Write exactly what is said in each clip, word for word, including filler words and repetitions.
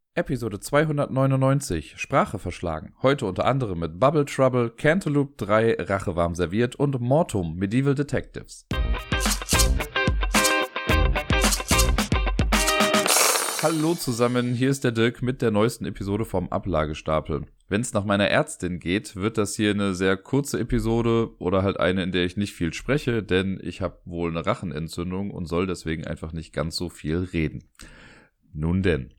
Episode zweihundertneunundneunzig, Sprache verschlagen. Heute unter anderem mit Bubble Trouble, Cantaloupe drei, Rache warm serviert und Mortum, Medieval Detectives. Hallo zusammen, hier ist der Dirk mit der neuesten Episode vom Ablagestapel. Wenn es nach meiner Ärztin geht, wird das hier eine sehr kurze Episode oder halt eine, in der ich nicht viel spreche, denn ich habe wohl eine Rachenentzündung und soll deswegen einfach nicht ganz so viel reden. Nun denn.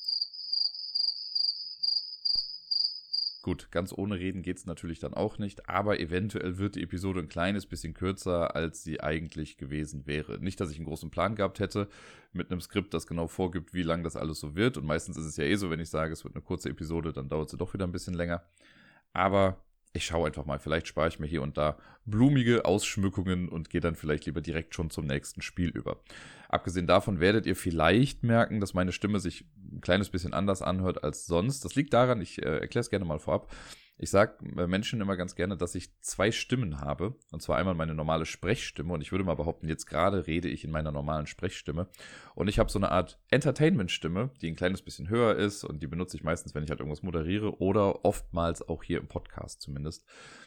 Gut, ganz ohne Reden geht's natürlich dann auch nicht, aber eventuell wird die Episode ein kleines bisschen kürzer, als sie eigentlich gewesen wäre. Nicht, dass ich einen großen Plan gehabt hätte mit einem Skript, das genau vorgibt, wie lang das alles so wird. Und meistens ist es ja eh so, wenn ich sage, es wird eine kurze Episode, dann dauert sie doch wieder ein bisschen länger. Aber ich schaue einfach mal, vielleicht spare ich mir hier und da blumige Ausschmückungen und gehe dann vielleicht lieber direkt schon zum nächsten Spiel über. Abgesehen davon werdet ihr vielleicht merken, dass meine Stimme sich ein kleines bisschen anders anhört als sonst. Das liegt daran, ich äh, erkläre es gerne mal vorab. Ich sage äh, Menschen immer ganz gerne, dass ich zwei Stimmen habe. Und zwar einmal meine normale Sprechstimme. Und ich würde mal behaupten, jetzt gerade rede ich in meiner normalen Sprechstimme. Und ich habe so eine Art Entertainment-Stimme, die ein kleines bisschen höher ist. Und die benutze ich meistens, wenn ich halt irgendwas moderiere. Oder oftmals auch hier im Podcast zumindest.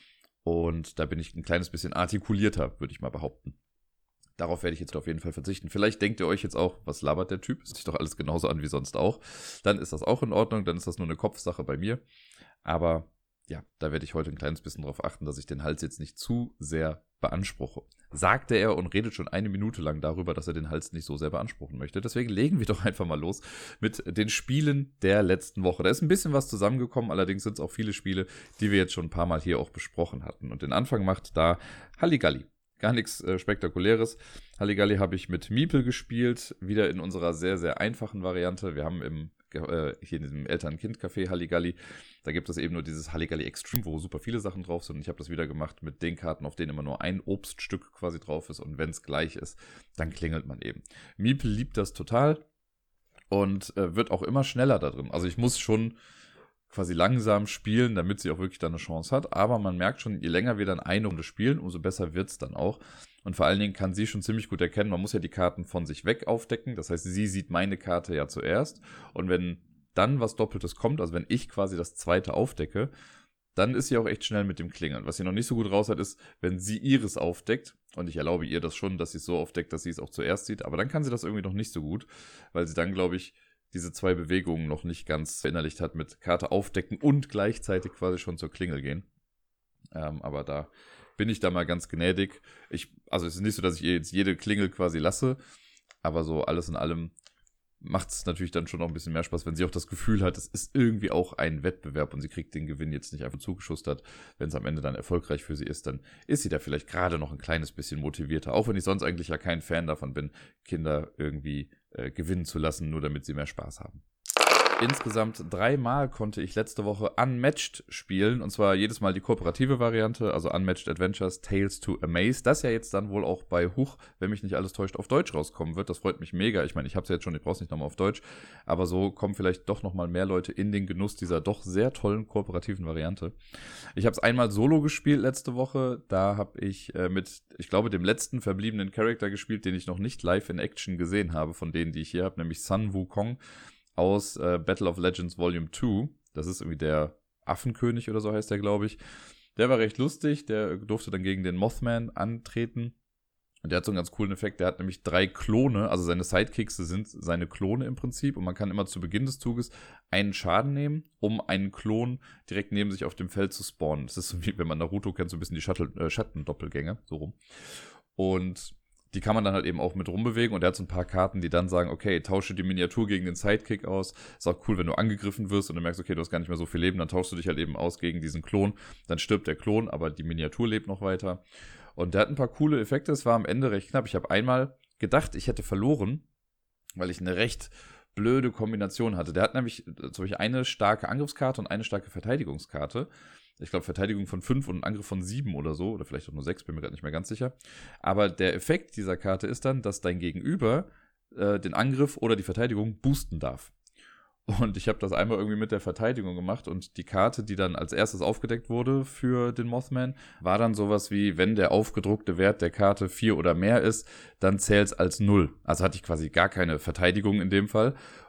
Und da bin ich ein kleines bisschen artikulierter, würde ich mal behaupten. Darauf werde ich jetzt auf jeden Fall verzichten. Vielleicht denkt ihr euch jetzt auch, was labert der Typ? Hört sich doch alles genauso an wie sonst auch. Dann ist das auch in Ordnung, dann ist das nur eine Kopfsache bei mir. Aber ja, da werde ich heute ein kleines bisschen drauf achten, dass ich den Hals jetzt nicht zu sehr beanspruche. Sagte er und redet schon eine Minute lang darüber, dass er den Hals nicht so sehr beanspruchen möchte. Deswegen legen wir doch einfach mal los mit den Spielen der letzten Woche. Da ist ein bisschen was zusammengekommen, allerdings sind es auch viele Spiele, die wir jetzt schon ein paar Mal hier auch besprochen hatten. Und den Anfang macht da Halligalli. Gar nichts äh, Spektakuläres. Halligalli habe ich mit Meeple gespielt, wieder in unserer sehr, sehr einfachen Variante. Wir haben im, äh, hier in diesem Eltern-Kind-Café Halligalli, da gibt es eben nur dieses Halligalli Extreme, wo super viele Sachen drauf sind. Und ich habe das wieder gemacht mit den Karten, auf denen immer nur ein Obststück quasi drauf ist. Und wenn es gleich ist, dann klingelt man eben. Meeple liebt das total und äh, wird auch immer schneller da drin. Also ich muss schon quasi langsam spielen, damit sie auch wirklich dann eine Chance hat. Aber man merkt schon, je länger wir dann eine Runde spielen, umso besser wird es dann auch. Und vor allen Dingen kann sie schon ziemlich gut erkennen, man muss ja die Karten von sich weg aufdecken. Das heißt, sie sieht meine Karte ja zuerst. Und wenn dann was Doppeltes kommt, also wenn ich quasi das zweite aufdecke, dann ist sie auch echt schnell mit dem Klingeln. Was sie noch nicht so gut raus hat, ist, wenn sie ihres aufdeckt. Und ich erlaube ihr das schon, dass sie es so aufdeckt, dass sie es auch zuerst sieht. Aber dann kann sie das irgendwie noch nicht so gut, weil sie dann, glaube ich, diese zwei Bewegungen noch nicht ganz verinnerlicht hat mit Karte aufdecken und gleichzeitig quasi schon zur Klingel gehen. Ähm, aber da bin ich da mal ganz gnädig. Ich, also es ist nicht so, dass ich ihr jetzt jede Klingel quasi lasse, aber so alles in allem macht es natürlich dann schon noch ein bisschen mehr Spaß, wenn sie auch das Gefühl hat, es ist irgendwie auch ein Wettbewerb und sie kriegt den Gewinn jetzt nicht einfach zugeschustert. Wenn es am Ende dann erfolgreich für sie ist, dann ist sie da vielleicht gerade noch ein kleines bisschen motivierter. Auch wenn ich sonst eigentlich ja kein Fan davon bin, Kinder irgendwie äh, gewinnen zu lassen, nur damit sie mehr Spaß haben. Insgesamt dreimal konnte ich letzte Woche Unmatched spielen, und zwar jedes Mal die kooperative Variante, also Unmatched Adventures Tales to Amaze, das ja jetzt dann wohl auch bei Huch, wenn mich nicht alles täuscht, auf Deutsch rauskommen wird. Das freut mich mega. Ich meine, ich habe es ja jetzt schon, ich brauche es nicht nochmal auf Deutsch, aber so kommen vielleicht doch nochmal mehr Leute in den Genuss dieser doch sehr tollen kooperativen Variante. Ich habe es einmal solo gespielt letzte Woche, da habe ich äh, mit, ich glaube, dem letzten verbliebenen Charakter gespielt, den ich noch nicht live in Action gesehen habe, von denen, die ich hier habe, nämlich Sun Wukong aus äh, Battle of Legends Volume zwei. Das ist irgendwie der Affenkönig oder so heißt der, glaube ich. Der war recht lustig, der durfte dann gegen den Mothman antreten. Und der hat so einen ganz coolen Effekt, der hat nämlich drei Klone, also seine Sidekicks sind seine Klone im Prinzip. Und man kann immer zu Beginn des Zuges einen Schaden nehmen, um einen Klon direkt neben sich auf dem Feld zu spawnen. Das ist so wie, wenn man Naruto kennt, so ein bisschen die Shuttle, äh, Schattendoppelgänge, so rum. Und die kann man dann halt eben auch mit rumbewegen und er hat so ein paar Karten, die dann sagen, okay, tausche die Miniatur gegen den Sidekick aus. Ist auch cool, wenn du angegriffen wirst und du merkst, okay, du hast gar nicht mehr so viel Leben, dann tauschst du dich halt eben aus gegen diesen Klon. Dann stirbt der Klon, aber die Miniatur lebt noch weiter. Und der hat ein paar coole Effekte, es war am Ende recht knapp. Ich habe einmal gedacht, ich hätte verloren, weil ich eine recht blöde Kombination hatte. Der hat nämlich zum Beispiel eine starke Angriffskarte und eine starke Verteidigungskarte. Ich glaube, Verteidigung von fünf und ein Angriff von sieben oder so. Oder vielleicht auch nur sechs, bin mir gerade nicht mehr ganz sicher. Aber der Effekt dieser Karte ist dann, dass dein Gegenüber äh, den Angriff oder die Verteidigung boosten darf. Und ich habe das einmal irgendwie mit der Verteidigung gemacht und die Karte, die dann als erstes aufgedeckt wurde für den Mothman, war dann sowas wie, wenn der aufgedruckte Wert der Karte vier oder mehr ist, dann zählt es als null. Also hatte ich quasi gar keine Verteidigung in dem Fall.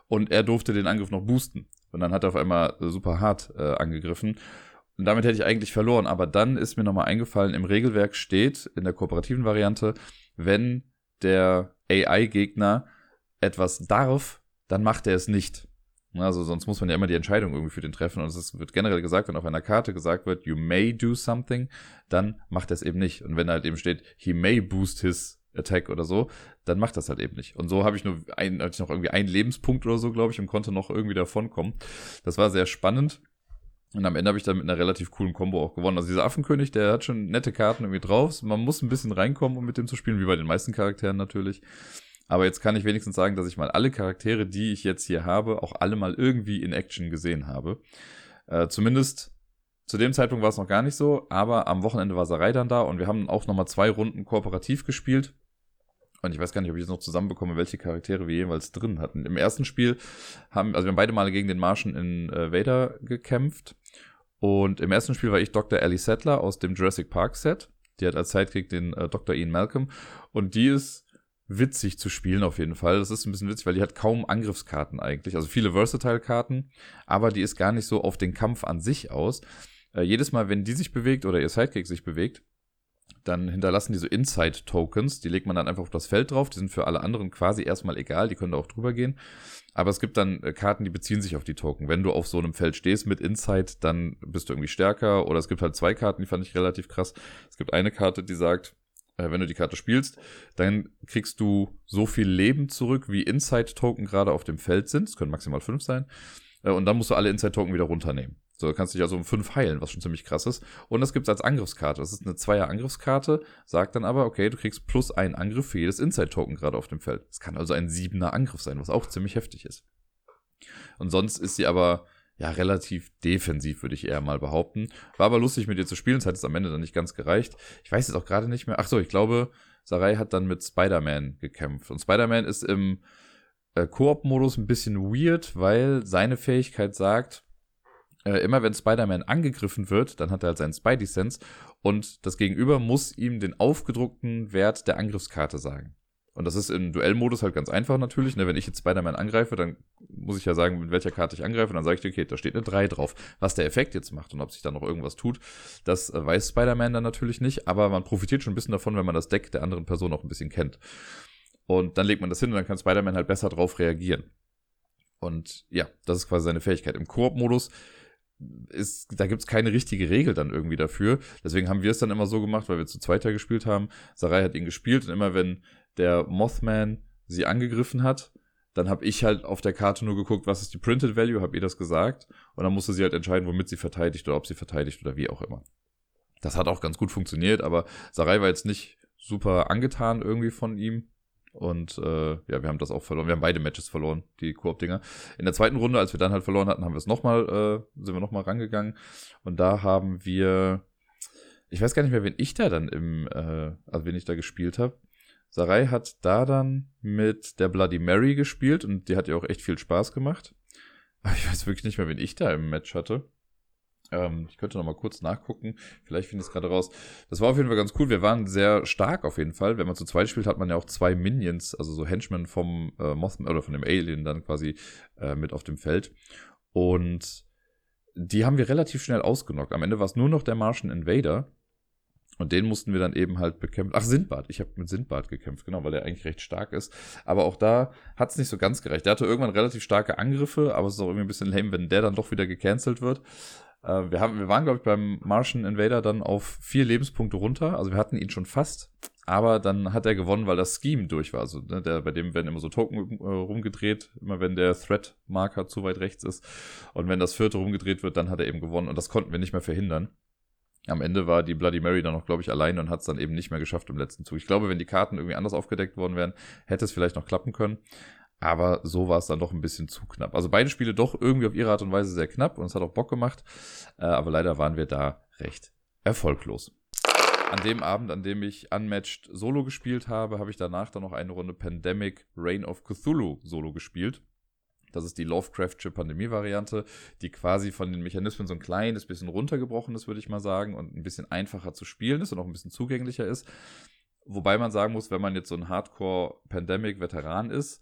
und er durfte den Angriff noch boosten. Und dann hat er auf einmal super hart äh, angegriffen. Und damit hätte ich eigentlich verloren. Aber dann ist mir nochmal eingefallen, im Regelwerk steht, in der kooperativen Variante, wenn der A I-Gegner etwas darf, dann macht er es nicht. Also sonst muss man ja immer die Entscheidung irgendwie für den treffen. Und es wird generell gesagt, wenn auf einer Karte gesagt wird, you may do something, dann macht er es eben nicht. Und wenn halt eben steht, he may boost his attack oder so, dann macht das halt eben nicht. Und so habe ich nur ein, hatte ich noch irgendwie einen Lebenspunkt oder so, glaube ich, und konnte noch irgendwie davonkommen. Das war sehr spannend. Und am Ende habe ich dann mit einer relativ coolen Combo auch gewonnen. Also dieser Affenkönig, der hat schon nette Karten irgendwie drauf. Man muss ein bisschen reinkommen, um mit dem zu spielen, wie bei den meisten Charakteren natürlich. Aber jetzt kann ich wenigstens sagen, dass ich mal alle Charaktere, die ich jetzt hier habe, auch alle mal irgendwie in Action gesehen habe. Äh, zumindest zu dem Zeitpunkt war es noch gar nicht so, aber am Wochenende war Sarai dann da und wir haben auch nochmal zwei Runden kooperativ gespielt. Und ich weiß gar nicht, ob ich jetzt noch zusammenbekomme, welche Charaktere wir jeweils drin hatten. Im ersten Spiel haben, also wir haben beide Male gegen den Martian Invader gekämpft. Und im ersten Spiel war ich Doktor Ellie Sattler aus dem Jurassic Park Set. Die hat als Sidekick den äh, Doktor Ian Malcolm. Und die ist witzig zu spielen auf jeden Fall. Das ist ein bisschen witzig, weil die hat kaum Angriffskarten eigentlich. Also viele Versatile-Karten, aber die ist gar nicht so auf den Kampf an sich aus. Äh, jedes Mal, wenn die sich bewegt oder ihr Sidekick sich bewegt, dann hinterlassen die so Insight-Tokens. Die legt man dann einfach auf das Feld drauf. Die sind für alle anderen quasi erstmal egal. Die können da auch drüber gehen. Aber es gibt dann äh, Karten, die beziehen sich auf die Token. Wenn du auf so einem Feld stehst mit Insight, dann bist du irgendwie stärker. Oder es gibt halt zwei Karten, die fand ich relativ krass. Es gibt eine Karte, die sagt, äh, wenn du die Karte spielst, dann kriegst du so viel Leben zurück, wie Insight-Token gerade auf dem Feld sind. Es können maximal fünf sein. Äh, und dann musst du alle Insight-Token wieder runternehmen. So, kannst du dich also um fünf heilen, was schon ziemlich krass ist. Und das gibt's als Angriffskarte. Das ist eine Zweier-Angriffskarte, sagt dann aber, okay, du kriegst plus einen Angriff für jedes Insight-Token gerade auf dem Feld. Es kann also ein siebener Angriff sein, was auch ziemlich heftig ist. Und sonst ist sie aber, ja, relativ defensiv, würde ich eher mal behaupten. War aber lustig, mit ihr zu spielen. Es hat jetzt am Ende dann nicht ganz gereicht. Ich weiß jetzt auch gerade nicht mehr. Ach so, ich glaube, Sarai hat dann mit Spider-Man gekämpft. Und Spider-Man ist im äh, Koop-Modus ein bisschen weird, weil seine Fähigkeit sagt, immer wenn Spider-Man angegriffen wird, dann hat er halt seinen Spidey-Sense und das Gegenüber muss ihm den aufgedruckten Wert der Angriffskarte sagen. Und das ist im Duellmodus halt ganz einfach natürlich. Ne? Wenn ich jetzt Spider-Man angreife, dann muss ich ja sagen, mit welcher Karte ich angreife. Und dann sage ich dir, okay, da steht eine drei drauf. Was der Effekt jetzt macht und ob sich da noch irgendwas tut, das weiß Spider-Man dann natürlich nicht. Aber man profitiert schon ein bisschen davon, wenn man das Deck der anderen Person auch ein bisschen kennt. Und dann legt man das hin und dann kann Spider-Man halt besser drauf reagieren. Und ja, das ist quasi seine Fähigkeit. Im Koop-Modus ist, da gibt's keine richtige Regel dann irgendwie dafür. Deswegen haben wir es dann immer so gemacht, weil wir zu zweiter gespielt haben. Sarai hat ihn gespielt und immer wenn der Mothman sie angegriffen hat, dann habe ich halt auf der Karte nur geguckt, was ist die Printed Value, habe ihr das gesagt und dann musste sie halt entscheiden, womit sie verteidigt oder ob sie verteidigt oder wie auch immer. Das hat auch ganz gut funktioniert, aber Sarai war jetzt nicht super angetan irgendwie von ihm. Und äh, ja, wir haben das auch verloren. Wir haben beide Matches verloren, die Koop-Dinger. In der zweiten Runde, als wir dann halt verloren hatten, haben wir es nochmal, äh, sind wir nochmal rangegangen. Und da haben wir, ich weiß gar nicht mehr, wen ich da dann im, äh, also wen ich da gespielt habe. Sarai hat da dann mit der Bloody Mary gespielt und die hat ihr auch echt viel Spaß gemacht. Aber ich weiß wirklich nicht mehr, wen ich da im Match hatte. Ähm, ich könnte noch mal kurz nachgucken. Vielleicht finde ich es gerade raus. Das war auf jeden Fall ganz cool. Wir waren sehr stark auf jeden Fall. Wenn man zu zweit spielt, hat man ja auch zwei Minions, also so Henchmen vom äh, Mothman oder von dem Alien dann quasi äh, mit auf dem Feld. Und die haben wir relativ schnell ausgenockt. Am Ende war es nur noch der Martian Invader. Und den mussten wir dann eben halt bekämpfen. Ach, Sindbad. Ich habe mit Sindbad gekämpft, genau, weil der eigentlich recht stark ist. Aber auch da hat es nicht so ganz gereicht. Der hatte irgendwann relativ starke Angriffe, aber es ist auch irgendwie ein bisschen lame, wenn der dann doch wieder gecancelt wird. Äh, wir, haben, wir waren, glaube ich, beim Martian Invader dann auf vier Lebenspunkte runter. Also wir hatten ihn schon fast. Aber dann hat er gewonnen, weil das Scheme durch war. Also ne, der, bei dem werden immer so Token äh, rumgedreht, immer wenn der Threat-Marker zu weit rechts ist. Und wenn das vierte rumgedreht wird, dann hat er eben gewonnen. Und das konnten wir nicht mehr verhindern. Am Ende war die Bloody Mary dann noch, glaube ich, alleine und hat es dann eben nicht mehr geschafft im letzten Zug. Ich glaube, wenn die Karten irgendwie anders aufgedeckt worden wären, hätte es vielleicht noch klappen können. Aber so war es dann doch ein bisschen zu knapp. Also beide Spiele doch irgendwie auf ihre Art und Weise sehr knapp und es hat auch Bock gemacht. Äh, aber leider waren wir da recht erfolglos. An dem Abend, an dem ich Unmatched Solo gespielt habe, habe ich danach dann noch eine Runde Pandemic Reign of Cthulhu Solo gespielt. Das ist die Lovecraftsche Pandemie-Variante, die quasi von den Mechanismen so ein kleines bisschen runtergebrochen ist, würde ich mal sagen, und ein bisschen einfacher zu spielen ist und auch ein bisschen zugänglicher ist. Wobei man sagen muss, wenn man jetzt so ein Hardcore-Pandemic-Veteran ist,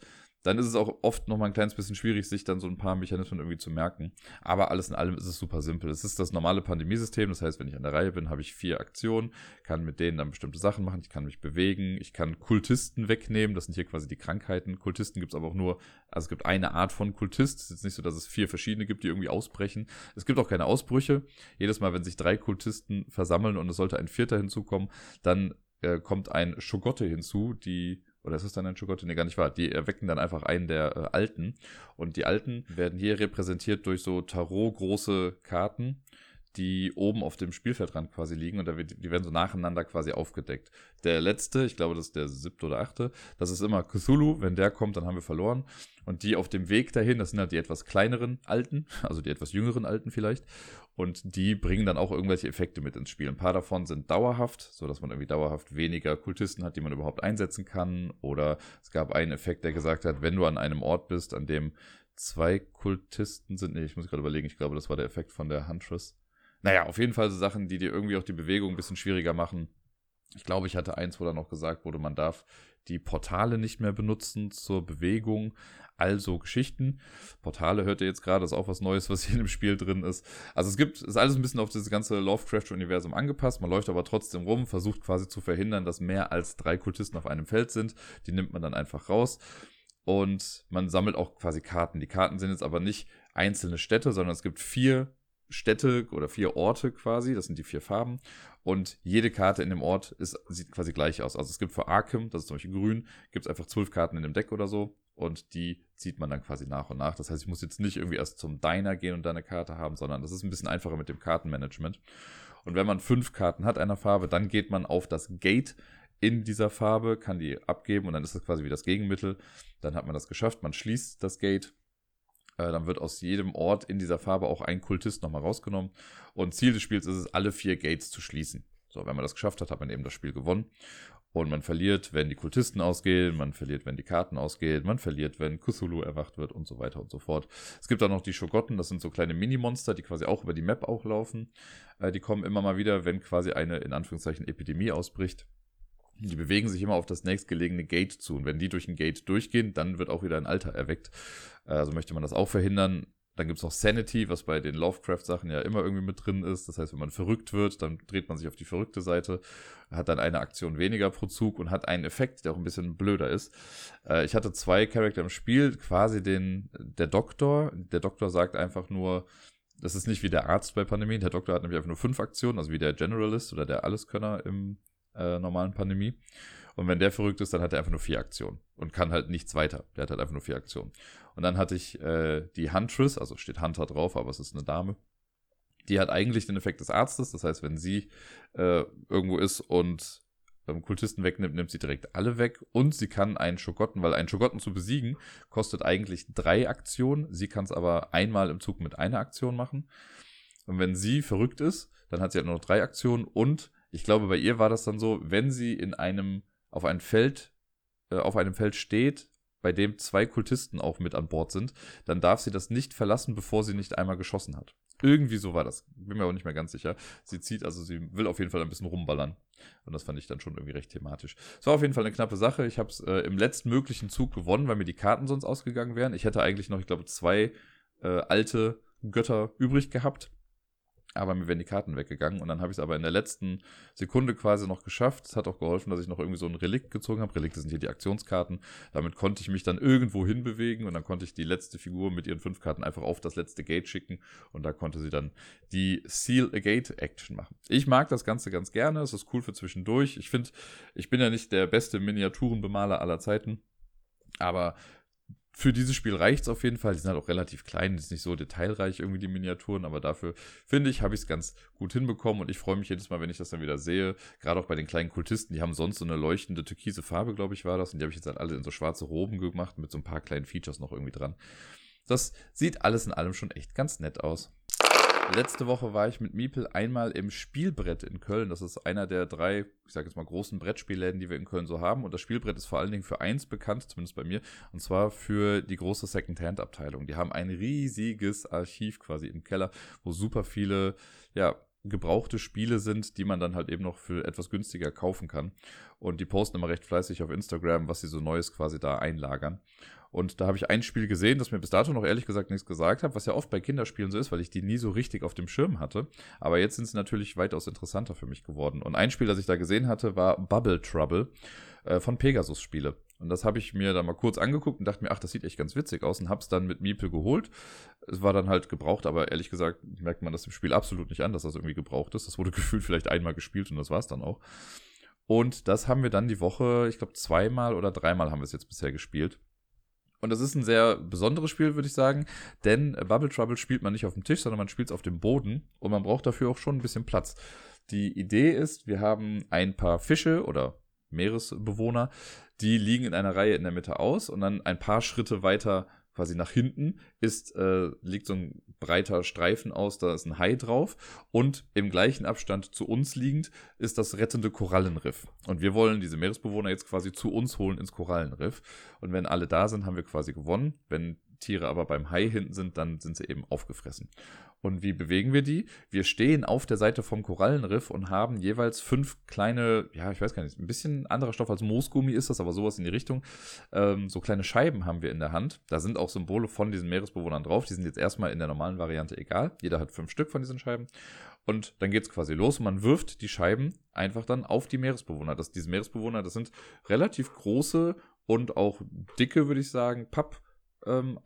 dann ist es auch oft nochmal ein kleines bisschen schwierig, sich dann so ein paar Mechanismen irgendwie zu merken. Aber alles in allem ist es super simpel. Es ist das normale Pandemiesystem, das heißt, wenn ich an der Reihe bin, habe ich vier Aktionen, kann mit denen dann bestimmte Sachen machen, ich kann mich bewegen, ich kann Kultisten wegnehmen, das sind hier quasi die Krankheiten. Kultisten gibt es aber auch nur, also es gibt eine Art von Kultist, es ist jetzt nicht so, dass es vier verschiedene gibt, die irgendwie ausbrechen. Es gibt auch keine Ausbrüche. Jedes Mal, wenn sich drei Kultisten versammeln und es sollte ein vierter hinzukommen, dann äh, kommt ein Shogotte hinzu, die Oder ist es dann ein Shogotte? Nee, gar nicht wahr. Die erwecken dann einfach einen der äh, Alten. Und die Alten werden hier repräsentiert durch so Tarot-große Karten, die oben auf dem Spielfeldrand quasi liegen. Und da wird, die werden so nacheinander quasi aufgedeckt. Der letzte, ich glaube, das ist der siebte oder achte, das ist immer Cthulhu. Wenn der kommt, dann haben wir verloren. Und die auf dem Weg dahin, das sind halt die etwas kleineren Alten, also die etwas jüngeren Alten vielleicht. Und die bringen dann auch irgendwelche Effekte mit ins Spiel. Ein paar davon sind dauerhaft, sodass man irgendwie dauerhaft weniger Kultisten hat, die man überhaupt einsetzen kann. Oder es gab einen Effekt, der gesagt hat, wenn du an einem Ort bist, an dem zwei Kultisten sind. Nee, ich muss gerade überlegen, ich glaube, das war der Effekt von der Huntress. Naja, auf jeden Fall so Sachen, die dir irgendwie auch die Bewegung ein bisschen schwieriger machen. Ich glaube, ich hatte eins, wo dann noch gesagt wurde, man darf die Portale nicht mehr benutzen zur Bewegung. Also Geschichten. Portale hört ihr jetzt gerade, ist auch was Neues, was hier in dem Spiel drin ist. Also es gibt, ist alles ein bisschen auf dieses ganze Lovecraft-Universum angepasst. Man läuft aber trotzdem rum, versucht quasi zu verhindern, dass mehr als drei Kultisten auf einem Feld sind. Die nimmt man dann einfach raus. Und man sammelt auch quasi Karten. Die Karten sind jetzt aber nicht einzelne Städte, sondern es gibt vier Städte oder vier Orte quasi, das sind die vier Farben, und jede Karte in dem Ort ist, sieht quasi gleich aus. Also es gibt für Arkham, das ist zum Beispiel grün, gibt es einfach zwölf Karten in dem Deck oder so, und die zieht man dann quasi nach und nach. Das heißt, ich muss jetzt nicht irgendwie erst zum Diner gehen und da eine Karte haben, sondern das ist ein bisschen einfacher mit dem Kartenmanagement. Und wenn man fünf Karten hat einer Farbe, dann geht man auf das Gate in dieser Farbe, kann die abgeben und dann ist das quasi wie das Gegenmittel. Dann hat man das geschafft, man schließt das Gate. Dann wird aus jedem Ort in dieser Farbe auch ein Kultist nochmal rausgenommen. Und Ziel des Spiels ist es, alle vier Gates zu schließen. So, wenn man das geschafft hat, hat man eben das Spiel gewonnen. Und man verliert, wenn die Kultisten ausgehen, man verliert, wenn die Karten ausgehen, man verliert, wenn Cthulhu erwacht wird und so weiter und so fort. Es gibt auch noch die Shogotten, das sind so kleine Mini-Monster, die quasi auch über die Map auch laufen. Die kommen immer mal wieder, wenn quasi eine, in Anführungszeichen, Epidemie ausbricht. Die bewegen sich immer auf das nächstgelegene Gate zu. Und wenn die durch ein Gate durchgehen, dann wird auch wieder ein Alter erweckt. Also möchte man das auch verhindern. Dann gibt es noch Sanity, was bei den Lovecraft-Sachen ja immer irgendwie mit drin ist. Das heißt, wenn man verrückt wird, dann dreht man sich auf die verrückte Seite, hat dann eine Aktion weniger pro Zug und hat einen Effekt, der auch ein bisschen blöder ist. Ich hatte zwei Charakter im Spiel, quasi den der Doktor. Der Doktor sagt einfach nur, das ist nicht wie der Arzt bei Pandemie. Der Doktor hat nämlich einfach nur fünf Aktionen, also wie der Generalist oder der Alleskönner im Äh, normalen Pandemie. Und wenn der verrückt ist, dann hat er einfach nur vier Aktionen und kann halt nichts weiter. Der hat halt einfach nur vier Aktionen. Und dann hatte ich äh, die Huntress, also steht Hunter drauf, aber es ist eine Dame. Die hat eigentlich den Effekt des Arztes. Das heißt, wenn sie äh, irgendwo ist und ähm, Kultisten wegnimmt, nimmt sie direkt alle weg. Und sie kann einen Shogotten, weil einen Shogotten zu besiegen, kostet eigentlich drei Aktionen. Sie kann es aber einmal im Zug mit einer Aktion machen. Und wenn sie verrückt ist, dann hat sie halt nur noch drei Aktionen und ich glaube, bei ihr war das dann so, wenn sie in einem, auf einem Feld, äh, auf einem Feld steht, bei dem zwei Kultisten auch mit an Bord sind, dann darf sie das nicht verlassen, bevor sie nicht einmal geschossen hat. Irgendwie so war das. Bin mir aber nicht mehr ganz sicher. Sie zieht, also sie will auf jeden Fall ein bisschen rumballern. Und das fand ich dann schon irgendwie recht thematisch. Es war auf jeden Fall eine knappe Sache. Ich habe es äh, im letzten möglichen Zug gewonnen, weil mir die Karten sonst ausgegangen wären. Ich hätte eigentlich noch, ich glaube, zwei äh, alte Götter übrig gehabt. Aber mir wären die Karten weggegangen und dann habe ich es aber in der letzten Sekunde quasi noch geschafft. Es hat auch geholfen, dass ich noch irgendwie so ein Relikt gezogen habe. Relikte sind hier die Aktionskarten. Damit konnte ich mich dann irgendwo hinbewegen und dann konnte ich die letzte Figur mit ihren fünf Karten einfach auf das letzte Gate schicken und da konnte sie dann die Seal a Gate Action machen. Ich mag das Ganze ganz gerne. Es ist cool für zwischendurch. Ich finde, ich bin ja nicht der beste Miniaturenbemaler aller Zeiten, aber für dieses Spiel reicht es auf jeden Fall. Die sind halt auch relativ klein, die sind nicht so detailreich irgendwie die Miniaturen, aber dafür, finde ich, habe ich es ganz gut hinbekommen und ich freue mich jedes Mal, wenn ich das dann wieder sehe. Gerade auch bei den kleinen Kultisten, die haben sonst so eine leuchtende türkise Farbe, glaube ich, war das. Und die habe ich jetzt halt alle in so schwarze Roben gemacht mit so ein paar kleinen Features noch irgendwie dran. Das sieht alles in allem schon echt ganz nett aus. Letzte Woche war ich mit Miepel einmal im Spielbrett in Köln. Das ist einer der drei, ich sage jetzt mal, großen Brettspielläden, die wir in Köln so haben. Und das Spielbrett ist vor allen Dingen für eins bekannt, zumindest bei mir, und zwar für die große Second-Hand-Abteilung. Die haben ein riesiges Archiv quasi im Keller, wo super viele, ja, gebrauchte Spiele sind, die man dann halt eben noch für etwas günstiger kaufen kann. Und die posten immer recht fleißig auf Instagram, was sie so Neues quasi da einlagern. Und da habe ich ein Spiel gesehen, das mir bis dato noch ehrlich gesagt nichts gesagt hat, was ja oft bei Kinderspielen so ist, weil ich die nie so richtig auf dem Schirm hatte. Aber jetzt sind sie natürlich weitaus interessanter für mich geworden. Und ein Spiel, das ich da gesehen hatte, war Bubble Trouble äh, von Pegasus Spiele. Und das habe ich mir dann mal kurz angeguckt und dachte mir, ach, das sieht echt ganz witzig aus und habe es dann mit Meeple geholt. Es war dann halt gebraucht, aber ehrlich gesagt merkt man das im Spiel absolut nicht an, dass das irgendwie gebraucht ist. Das wurde gefühlt vielleicht einmal gespielt und das war es dann auch. Und das haben wir dann die Woche, ich glaube zweimal oder dreimal haben wir es jetzt bisher gespielt. Und das ist ein sehr besonderes Spiel, würde ich sagen, denn Bubble Trouble spielt man nicht auf dem Tisch, sondern man spielt es auf dem Boden und man braucht dafür auch schon ein bisschen Platz. Die Idee ist, wir haben ein paar Fische oder Meeresbewohner, die liegen in einer Reihe in der Mitte aus und dann ein paar Schritte weiter quasi nach hinten ist, äh, liegt so ein breiter Streifen aus, da ist ein Hai drauf und im gleichen Abstand zu uns liegend ist das rettende Korallenriff. Und wir wollen diese Meeresbewohner jetzt quasi zu uns holen ins Korallenriff. Und wenn alle da sind, haben wir quasi gewonnen. Wenn Tiere aber beim Hai hinten sind, dann sind sie eben aufgefressen. Und wie bewegen wir die? Wir stehen auf der Seite vom Korallenriff und haben jeweils fünf kleine, ja, ich weiß gar nicht, ein bisschen anderer Stoff als Moosgummi ist das, aber sowas in die Richtung. Ähm, so kleine Scheiben haben wir in der Hand. Da sind auch Symbole von diesen Meeresbewohnern drauf. Die sind jetzt erstmal in der normalen Variante egal. Jeder hat fünf Stück von diesen Scheiben. Und dann geht es quasi los und man wirft die Scheiben einfach dann auf die Meeresbewohner. Das, diese Meeresbewohner, das sind relativ große und auch dicke, würde ich sagen, Papp. Ähm,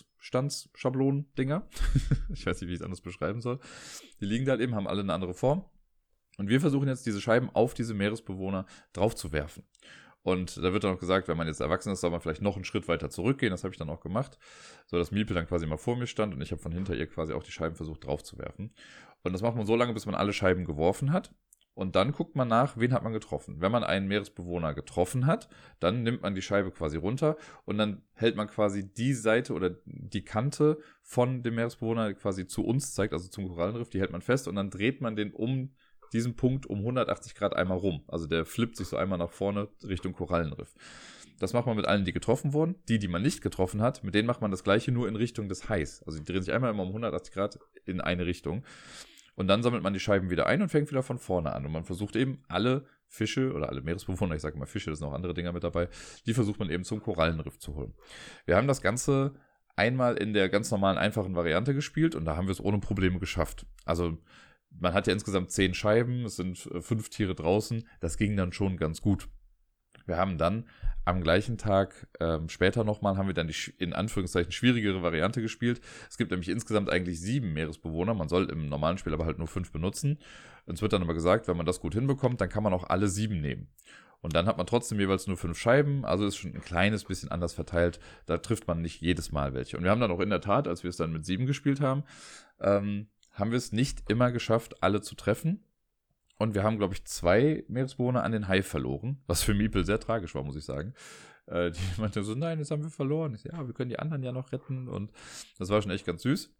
Ausstandsschablonen-Dinger. Ich weiß nicht, wie ich es anders beschreiben soll. Die liegen da halt eben, haben alle eine andere Form. Und wir versuchen jetzt, diese Scheiben auf diese Meeresbewohner drauf zu werfen. Und da wird dann auch gesagt, wenn man jetzt erwachsen ist, soll man vielleicht noch einen Schritt weiter zurückgehen. Das habe ich dann auch gemacht. So dass Meeple dann quasi mal vor mir stand und ich habe von hinter ihr quasi auch die Scheiben versucht drauf zu werfen. Und das macht man so lange, bis man alle Scheiben geworfen hat. Und dann guckt man nach, wen hat man getroffen. Wenn man einen Meeresbewohner getroffen hat, dann nimmt man die Scheibe quasi runter und dann hält man quasi die Seite oder die Kante von dem Meeresbewohner, die quasi zu uns zeigt, also zum Korallenriff, die hält man fest und dann dreht man den um diesen Punkt um hundertachtzig Grad einmal rum. Also der flippt sich so einmal nach vorne Richtung Korallenriff. Das macht man mit allen, die getroffen wurden. Die, die man nicht getroffen hat, mit denen macht man das Gleiche nur in Richtung des Hais. Also die drehen sich einmal immer um hundertachtzig Grad in eine Richtung. Und dann sammelt man die Scheiben wieder ein und fängt wieder von vorne an. Und man versucht eben alle Fische oder alle Meeresbewohner, ich sage mal Fische, da sind auch andere Dinger mit dabei, die versucht man eben zum Korallenriff zu holen. Wir haben das Ganze einmal in der ganz normalen, einfachen Variante gespielt und da haben wir es ohne Probleme geschafft. Also man hat ja insgesamt zehn Scheiben, es sind fünf Tiere draußen, das ging dann schon ganz gut. Wir haben dann am gleichen Tag ähm, später nochmal, haben wir dann die in Anführungszeichen schwierigere Variante gespielt. Es gibt nämlich insgesamt eigentlich sieben Meeresbewohner. Man soll im normalen Spiel aber halt nur fünf benutzen. Und es wird dann aber gesagt, wenn man das gut hinbekommt, dann kann man auch alle sieben nehmen. Und dann hat man trotzdem jeweils nur fünf Scheiben, also ist schon ein kleines bisschen anders verteilt. Da trifft man nicht jedes Mal welche. Und wir haben dann auch in der Tat, als wir es dann mit sieben gespielt haben, ähm, haben wir es nicht immer geschafft, alle zu treffen. Und wir haben, glaube ich, zwei Meeresbewohner an den Hai verloren, was für Meeple sehr tragisch war, muss ich sagen. Äh, die meinte so, nein, jetzt haben wir verloren. Ich so, ja, wir können die anderen ja noch retten. Und das war schon echt ganz süß.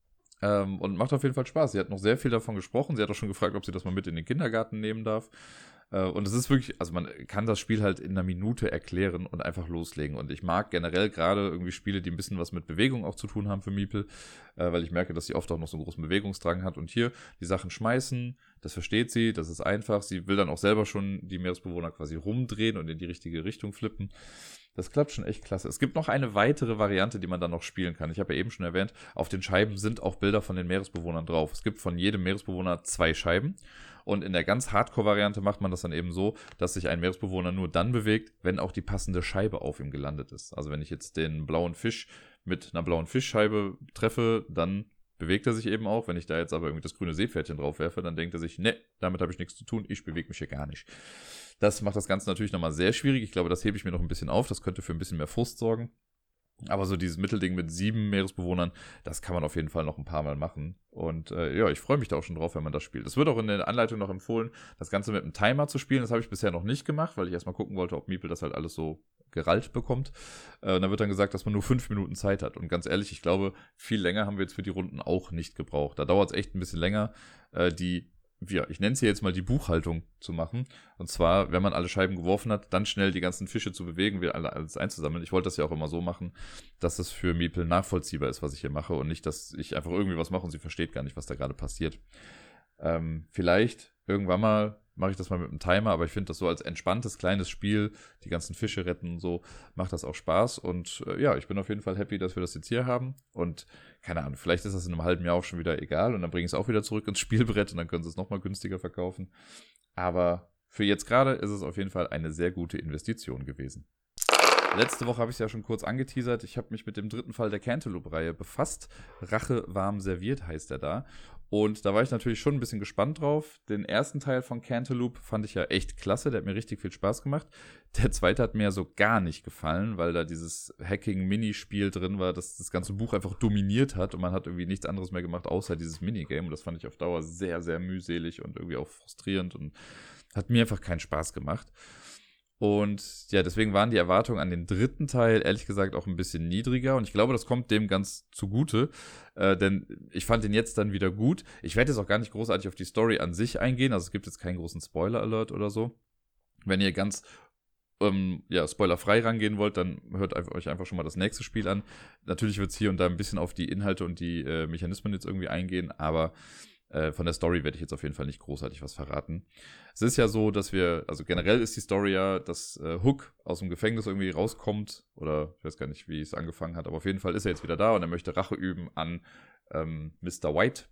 Ähm, und macht auf jeden Fall Spaß. Sie hat noch sehr viel davon gesprochen. Sie hat auch schon gefragt, ob sie das mal mit in den Kindergarten nehmen darf. Äh, und es ist wirklich, also man kann das Spiel halt in einer Minute erklären und einfach loslegen. Und ich mag generell gerade irgendwie Spiele, die ein bisschen was mit Bewegung auch zu tun haben für Meeple, äh, weil ich merke, dass sie oft auch noch so einen großen Bewegungsdrang hat. Und hier die Sachen schmeißen, das versteht sie, das ist einfach. Sie will dann auch selber schon die Meeresbewohner quasi rumdrehen und in die richtige Richtung flippen. Das klappt schon echt klasse. Es gibt noch eine weitere Variante, die man dann noch spielen kann. Ich habe ja eben schon erwähnt, auf den Scheiben sind auch Bilder von den Meeresbewohnern drauf. Es gibt von jedem Meeresbewohner zwei Scheiben. Und in der ganz Hardcore-Variante macht man das dann eben so, dass sich ein Meeresbewohner nur dann bewegt, wenn auch die passende Scheibe auf ihm gelandet ist. Also wenn ich jetzt den blauen Fisch mit einer blauen Fischscheibe treffe, dann bewegt er sich eben auch. Wenn ich da jetzt aber irgendwie das grüne Seepferdchen drauf werfe, dann denkt er sich, ne, damit habe ich nichts zu tun, ich bewege mich hier gar nicht. Das macht das Ganze natürlich nochmal sehr schwierig. Ich glaube, das hebe ich mir noch ein bisschen auf. Das könnte für ein bisschen mehr Frust sorgen. Aber so dieses Mittelding mit sieben Meeresbewohnern, das kann man auf jeden Fall noch ein paar Mal machen. Und äh, ja, ich freue mich da auch schon drauf, wenn man das spielt. Es wird auch in der Anleitung noch empfohlen, das Ganze mit einem Timer zu spielen. Das habe ich bisher noch nicht gemacht, weil ich erstmal gucken wollte, ob Meeple das halt alles so gerallt bekommt. Äh, und dann wird dann gesagt, dass man nur fünf Minuten Zeit hat. Und ganz ehrlich, ich glaube, viel länger haben wir jetzt für die Runden auch nicht gebraucht. Da dauert es echt ein bisschen länger, äh, die Ja, ich nenne es hier jetzt mal die Buchhaltung zu machen. Und zwar, wenn man alle Scheiben geworfen hat, dann schnell die ganzen Fische zu bewegen, wieder alle, alles einzusammeln. Ich wollte das ja auch immer so machen, dass es für Meeple nachvollziehbar ist, was ich hier mache und nicht, dass ich einfach irgendwie was mache und sie versteht gar nicht, was da gerade passiert. Ähm, vielleicht irgendwann mal mache ich das mal mit einem Timer, aber ich finde das so als entspanntes kleines Spiel, die ganzen Fische retten und so, macht das auch Spaß und äh, ja, ich bin auf jeden Fall happy, dass wir das jetzt hier haben und keine Ahnung, vielleicht ist das in einem halben Jahr auch schon wieder egal und dann bringe ich es auch wieder zurück ins Spielbrett und dann können sie es nochmal günstiger verkaufen, aber für jetzt gerade ist es auf jeden Fall eine sehr gute Investition gewesen. Letzte Woche habe ich es ja schon kurz angeteasert. Ich habe mich mit dem dritten Fall der Cantaloupe-Reihe befasst. Rache warm serviert heißt er da. Und da war ich natürlich schon ein bisschen gespannt drauf. Den ersten Teil von Cantaloupe fand ich ja echt klasse. Der hat mir richtig viel Spaß gemacht. Der zweite hat mir ja so gar nicht gefallen, weil da dieses Hacking-Minispiel drin war, das das ganze Buch einfach dominiert hat. Und man hat irgendwie nichts anderes mehr gemacht, außer dieses Minigame. Und das fand ich auf Dauer sehr, sehr mühselig und irgendwie auch frustrierend. Und hat mir einfach keinen Spaß gemacht. Und ja, deswegen waren die Erwartungen an den dritten Teil ehrlich gesagt auch ein bisschen niedriger. Und ich glaube, das kommt dem ganz zugute. Äh, denn ich fand den jetzt dann wieder gut. Ich werde jetzt auch gar nicht großartig auf die Story an sich eingehen. Also es gibt jetzt keinen großen Spoiler-Alert oder so. Wenn ihr ganz ähm, ja, spoilerfrei rangehen wollt, dann hört euch einfach schon mal das nächste Spiel an. Natürlich wird es hier und da ein bisschen auf die Inhalte und die äh, Mechanismen jetzt irgendwie eingehen. Aber von der Story werde ich jetzt auf jeden Fall nicht großartig was verraten. Es ist ja so, dass wir, also generell ist die Story ja, dass äh, Hook aus dem Gefängnis irgendwie rauskommt, oder ich weiß gar nicht, wie es angefangen hat, aber auf jeden Fall ist er jetzt wieder da und er möchte Rache üben an ähm, Mister White.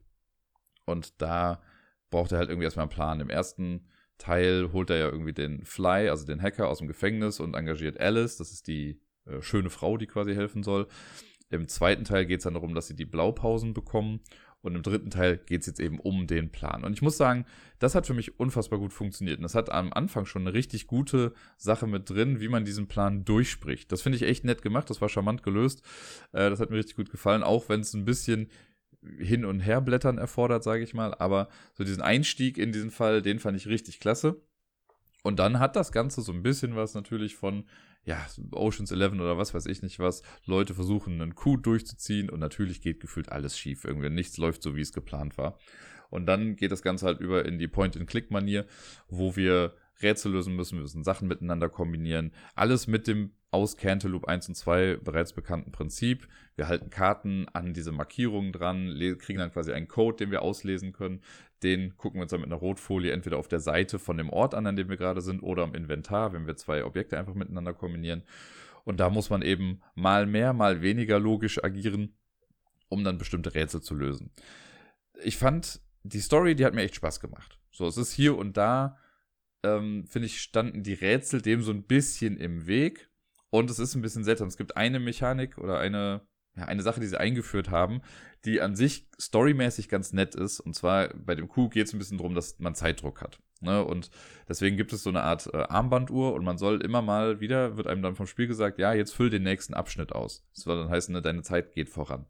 Und da braucht er halt irgendwie erstmal einen Plan. Im ersten Teil holt er ja irgendwie den Fly, also den Hacker, aus dem Gefängnis und engagiert Alice, das ist die äh, schöne Frau, die quasi helfen soll. Im zweiten Teil geht es dann darum, dass sie die Blaupausen bekommen. Und im dritten Teil geht es jetzt eben um den Plan. Und ich muss sagen, das hat für mich unfassbar gut funktioniert. Und das hat am Anfang schon eine richtig gute Sache mit drin, wie man diesen Plan durchspricht. Das finde ich echt nett gemacht, das war charmant gelöst. Äh, das hat mir richtig gut gefallen, auch wenn es ein bisschen hin- und herblättern erfordert, sage ich mal. Aber so diesen Einstieg in diesen Fall, den fand ich richtig klasse. Und dann hat das Ganze so ein bisschen was natürlich von, ja, Ocean's Eleven oder was weiß ich nicht was. Leute versuchen einen Coup durchzuziehen und natürlich geht gefühlt alles schief. Irgendwie nichts läuft so, wie es geplant war. Und dann geht das Ganze halt über in die Point-and-Click-Manier, wo wir Rätsel lösen müssen, wir müssen Sachen miteinander kombinieren. Alles mit dem aus Cantaloupe eins und zwei bereits bekannten Prinzip. Wir halten Karten an diese Markierungen dran, kriegen dann quasi einen Code, den wir auslesen können. Den gucken wir uns dann mit einer Rotfolie entweder auf der Seite von dem Ort an, an dem wir gerade sind, oder im Inventar, wenn wir zwei Objekte einfach miteinander kombinieren. Und da muss man eben mal mehr, mal weniger logisch agieren, um dann bestimmte Rätsel zu lösen. Ich fand, die Story, die hat mir echt Spaß gemacht. So, es ist hier und da, ähm, finde ich, standen die Rätsel dem so ein bisschen im Weg. Und es ist ein bisschen seltsam. Es gibt eine Mechanik oder eine, ja, eine Sache, die sie eingeführt haben, die an sich storymäßig ganz nett ist. Und zwar bei dem Coup geht es ein bisschen darum, dass man Zeitdruck hat. Ne? Und deswegen gibt es so eine Art äh, Armbanduhr und man soll immer mal wieder, wird einem dann vom Spiel gesagt, ja, jetzt füll den nächsten Abschnitt aus. Das soll dann heißen, ne, deine Zeit geht voran.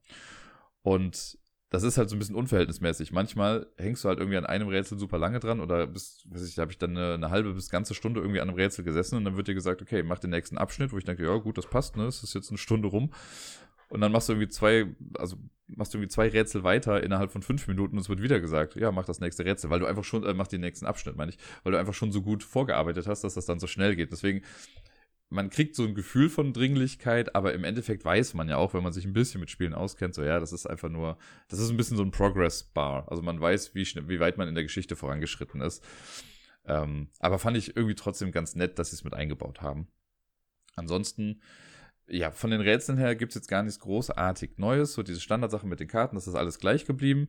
Und das ist halt so ein bisschen unverhältnismäßig. Manchmal hängst du halt irgendwie an einem Rätsel super lange dran oder bis, weiß ich, da habe ich dann eine, eine halbe bis ganze Stunde irgendwie an einem Rätsel gesessen und dann wird dir gesagt, okay, mach den nächsten Abschnitt, wo ich denke, ja gut, das passt, ne, es ist jetzt eine Stunde rum. Und dann machst du irgendwie zwei, also machst du irgendwie zwei Rätsel weiter innerhalb von fünf Minuten und es wird wieder gesagt, ja, mach das nächste Rätsel, weil du einfach schon, äh, mach den nächsten Abschnitt, meine ich, weil du einfach schon so gut vorgearbeitet hast, dass das dann so schnell geht. Deswegen, man kriegt so ein Gefühl von Dringlichkeit, aber im Endeffekt weiß man ja auch, wenn man sich ein bisschen mit Spielen auskennt, so ja, das ist einfach nur, das ist ein bisschen so ein Progress-Bar. Also man weiß, wie schnell, wie weit man in der Geschichte vorangeschritten ist. Ähm, aber fand ich irgendwie trotzdem ganz nett, dass sie es mit eingebaut haben. Ansonsten, ja, von den Rätseln her gibt es jetzt gar nichts großartig Neues. So diese Standardsachen mit den Karten, das ist alles gleich geblieben.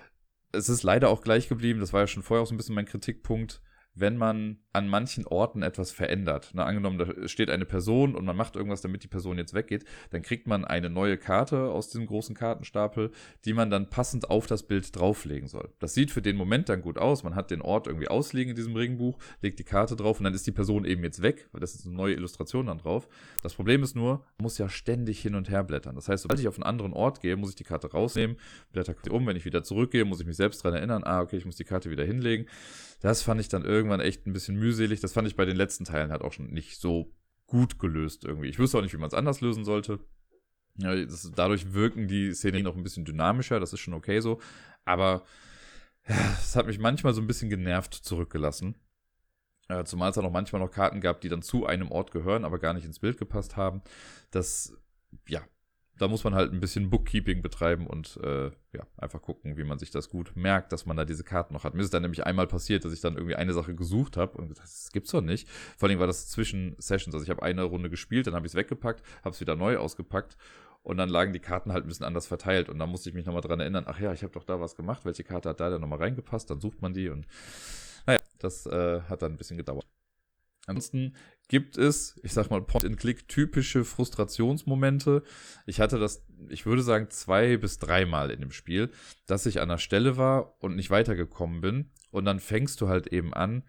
Es ist leider auch gleich geblieben, das war ja schon vorher auch so ein bisschen mein Kritikpunkt, wenn man an manchen Orten etwas verändert. Na, angenommen, da steht eine Person und man macht irgendwas, damit die Person jetzt weggeht, dann kriegt man eine neue Karte aus diesem großen Kartenstapel, die man dann passend auf das Bild drauflegen soll. Das sieht für den Moment dann gut aus. Man hat den Ort irgendwie ausliegen in diesem Ringbuch, legt die Karte drauf und dann ist die Person eben jetzt weg, weil das ist eine neue Illustration dann drauf. Das Problem ist nur, man muss ja ständig hin und her blättern. Das heißt, sobald ich auf einen anderen Ort gehe, muss ich die Karte rausnehmen, blätter um. Wenn ich wieder zurückgehe, muss ich mich selbst daran erinnern, ah, okay, ich muss die Karte wieder hinlegen. Das fand ich dann irgendwann echt ein bisschen mühselig. Das fand ich bei den letzten Teilen halt auch schon nicht so gut gelöst irgendwie. Ich wüsste auch nicht, wie man es anders lösen sollte. Ja, das, dadurch wirken die Szenen noch ein bisschen dynamischer, das ist schon okay so. Aber ja, es hat mich manchmal so ein bisschen genervt zurückgelassen. Äh, zumal es auch noch manchmal noch Karten gab, die dann zu einem Ort gehören, aber gar nicht ins Bild gepasst haben. Das, ja, da muss man halt ein bisschen Bookkeeping betreiben und äh, ja, einfach gucken, wie man sich das gut merkt, dass man da diese Karten noch hat. Mir ist dann nämlich einmal passiert, dass ich dann irgendwie eine Sache gesucht habe und gedacht, das gibt's doch nicht. Vor allem war das zwischen Sessions, also ich habe eine Runde gespielt, dann habe ich es weggepackt, habe es wieder neu ausgepackt und dann lagen die Karten halt ein bisschen anders verteilt und dann musste ich mich nochmal dran erinnern, ach ja, ich habe doch da was gemacht, welche Karte hat da denn nochmal reingepasst, dann sucht man die und naja, das äh, hat dann ein bisschen gedauert. Ansonsten gibt es, ich sag mal, Point-and-Click typische Frustrationsmomente. Ich hatte das, ich würde sagen, zwei bis dreimal in dem Spiel, dass ich an der Stelle war und nicht weitergekommen bin. Und dann fängst du halt eben an,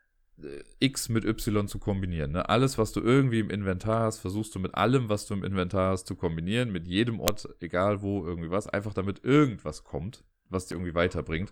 X mit Y zu kombinieren. Ne? Alles, was du irgendwie im Inventar hast, versuchst du mit allem, was du im Inventar hast, zu kombinieren. Mit jedem Ort, egal wo, irgendwie was. Einfach damit irgendwas kommt, was dir irgendwie weiterbringt.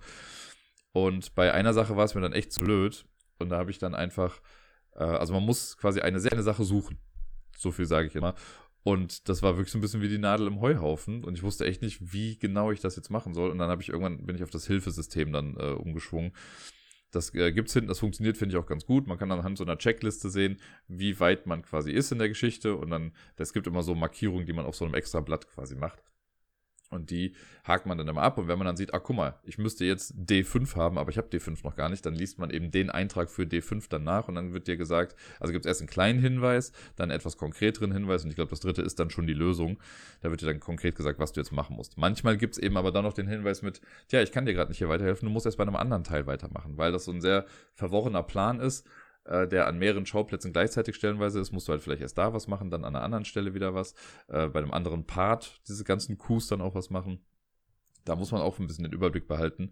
Und bei einer Sache war es mir dann echt zu blöd. Und da habe ich dann einfach Also man muss quasi eine sehr eine Sache suchen. So viel sage ich immer. Und das war wirklich so ein bisschen wie die Nadel im Heuhaufen. Und ich wusste echt nicht, wie genau ich das jetzt machen soll. Und dann habe ich irgendwann, bin ich auf das Hilfesystem dann äh, umgeschwungen. Das äh, gibt's hinten, das funktioniert, finde ich auch ganz gut. Man kann anhand so einer Checkliste sehen, wie weit man quasi ist in der Geschichte. Und dann, es gibt immer so Markierungen, die man auf so einem extra Blatt quasi macht. Und die hakt man dann immer ab. Und wenn man dann sieht, ach guck mal, ich müsste jetzt D fünf haben, aber ich habe D fünf noch gar nicht, dann liest man eben den Eintrag für D fünf dann nach und dann wird dir gesagt, also gibt es erst einen kleinen Hinweis, dann einen etwas konkreteren Hinweis und ich glaube, das dritte ist dann schon die Lösung. Da wird dir dann konkret gesagt, was du jetzt machen musst. Manchmal gibt es eben aber dann noch den Hinweis mit, tja, ich kann dir gerade nicht hier weiterhelfen, du musst erst bei einem anderen Teil weitermachen, weil das so ein sehr verworrener Plan ist, der an mehreren Schauplätzen gleichzeitig stellenweise ist, musst du halt vielleicht erst da was machen, dann an einer anderen Stelle wieder was, äh, bei einem anderen Part diese ganzen Coups dann auch was machen. Da muss man auch ein bisschen den Überblick behalten.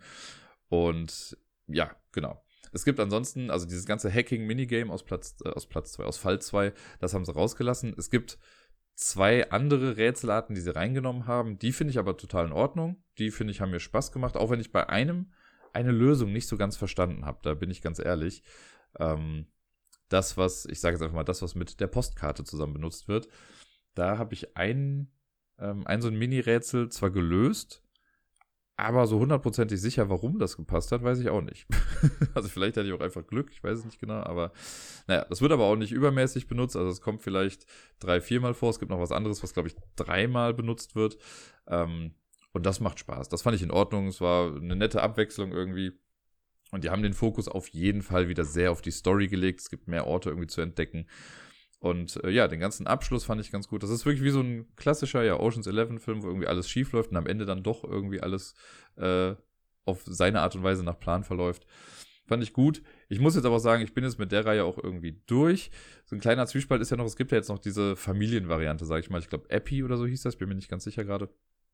Und ja, genau. Es gibt ansonsten, also dieses ganze Hacking-Minigame aus Platz, äh, aus Platz zwei, aus Fall zwei, das haben sie rausgelassen. Es gibt zwei andere Rätselarten, die sie reingenommen haben. Die finde ich aber total in Ordnung. Die finde ich, haben mir Spaß gemacht, auch wenn ich bei einem eine Lösung nicht so ganz verstanden habe. Da bin ich ganz ehrlich. Ähm, das, was, ich sage jetzt einfach mal, das, was mit der Postkarte zusammen benutzt wird, da habe ich ein, ähm, ein so ein Mini-Rätsel zwar gelöst, aber so hundertprozentig sicher, warum das gepasst hat, weiß ich auch nicht. Also vielleicht hatte ich auch einfach Glück, ich weiß es nicht genau, aber naja, das wird aber auch nicht übermäßig benutzt, also es kommt vielleicht drei, viermal vor, es gibt noch was anderes, was glaube ich dreimal benutzt wird, ähm, und das macht Spaß. Das fand ich in Ordnung, es war eine nette Abwechslung irgendwie. Und die haben den Fokus auf jeden Fall wieder sehr auf die Story gelegt. Es gibt mehr Orte irgendwie zu entdecken. Und äh, ja, den ganzen Abschluss fand ich ganz gut. Das ist wirklich wie so ein klassischer ja, Ocean's Eleven Film, wo irgendwie alles schief läuft und am Ende dann doch irgendwie alles äh, auf seine Art und Weise nach Plan verläuft. Fand ich gut. Ich muss jetzt aber sagen, ich bin jetzt mit der Reihe auch irgendwie durch. So ein kleiner Zwiespalt ist ja noch, es gibt ja jetzt noch diese Familienvariante, sage ich mal. Ich glaube, Epi oder so hieß das, bin mir nicht ganz sicher gerade.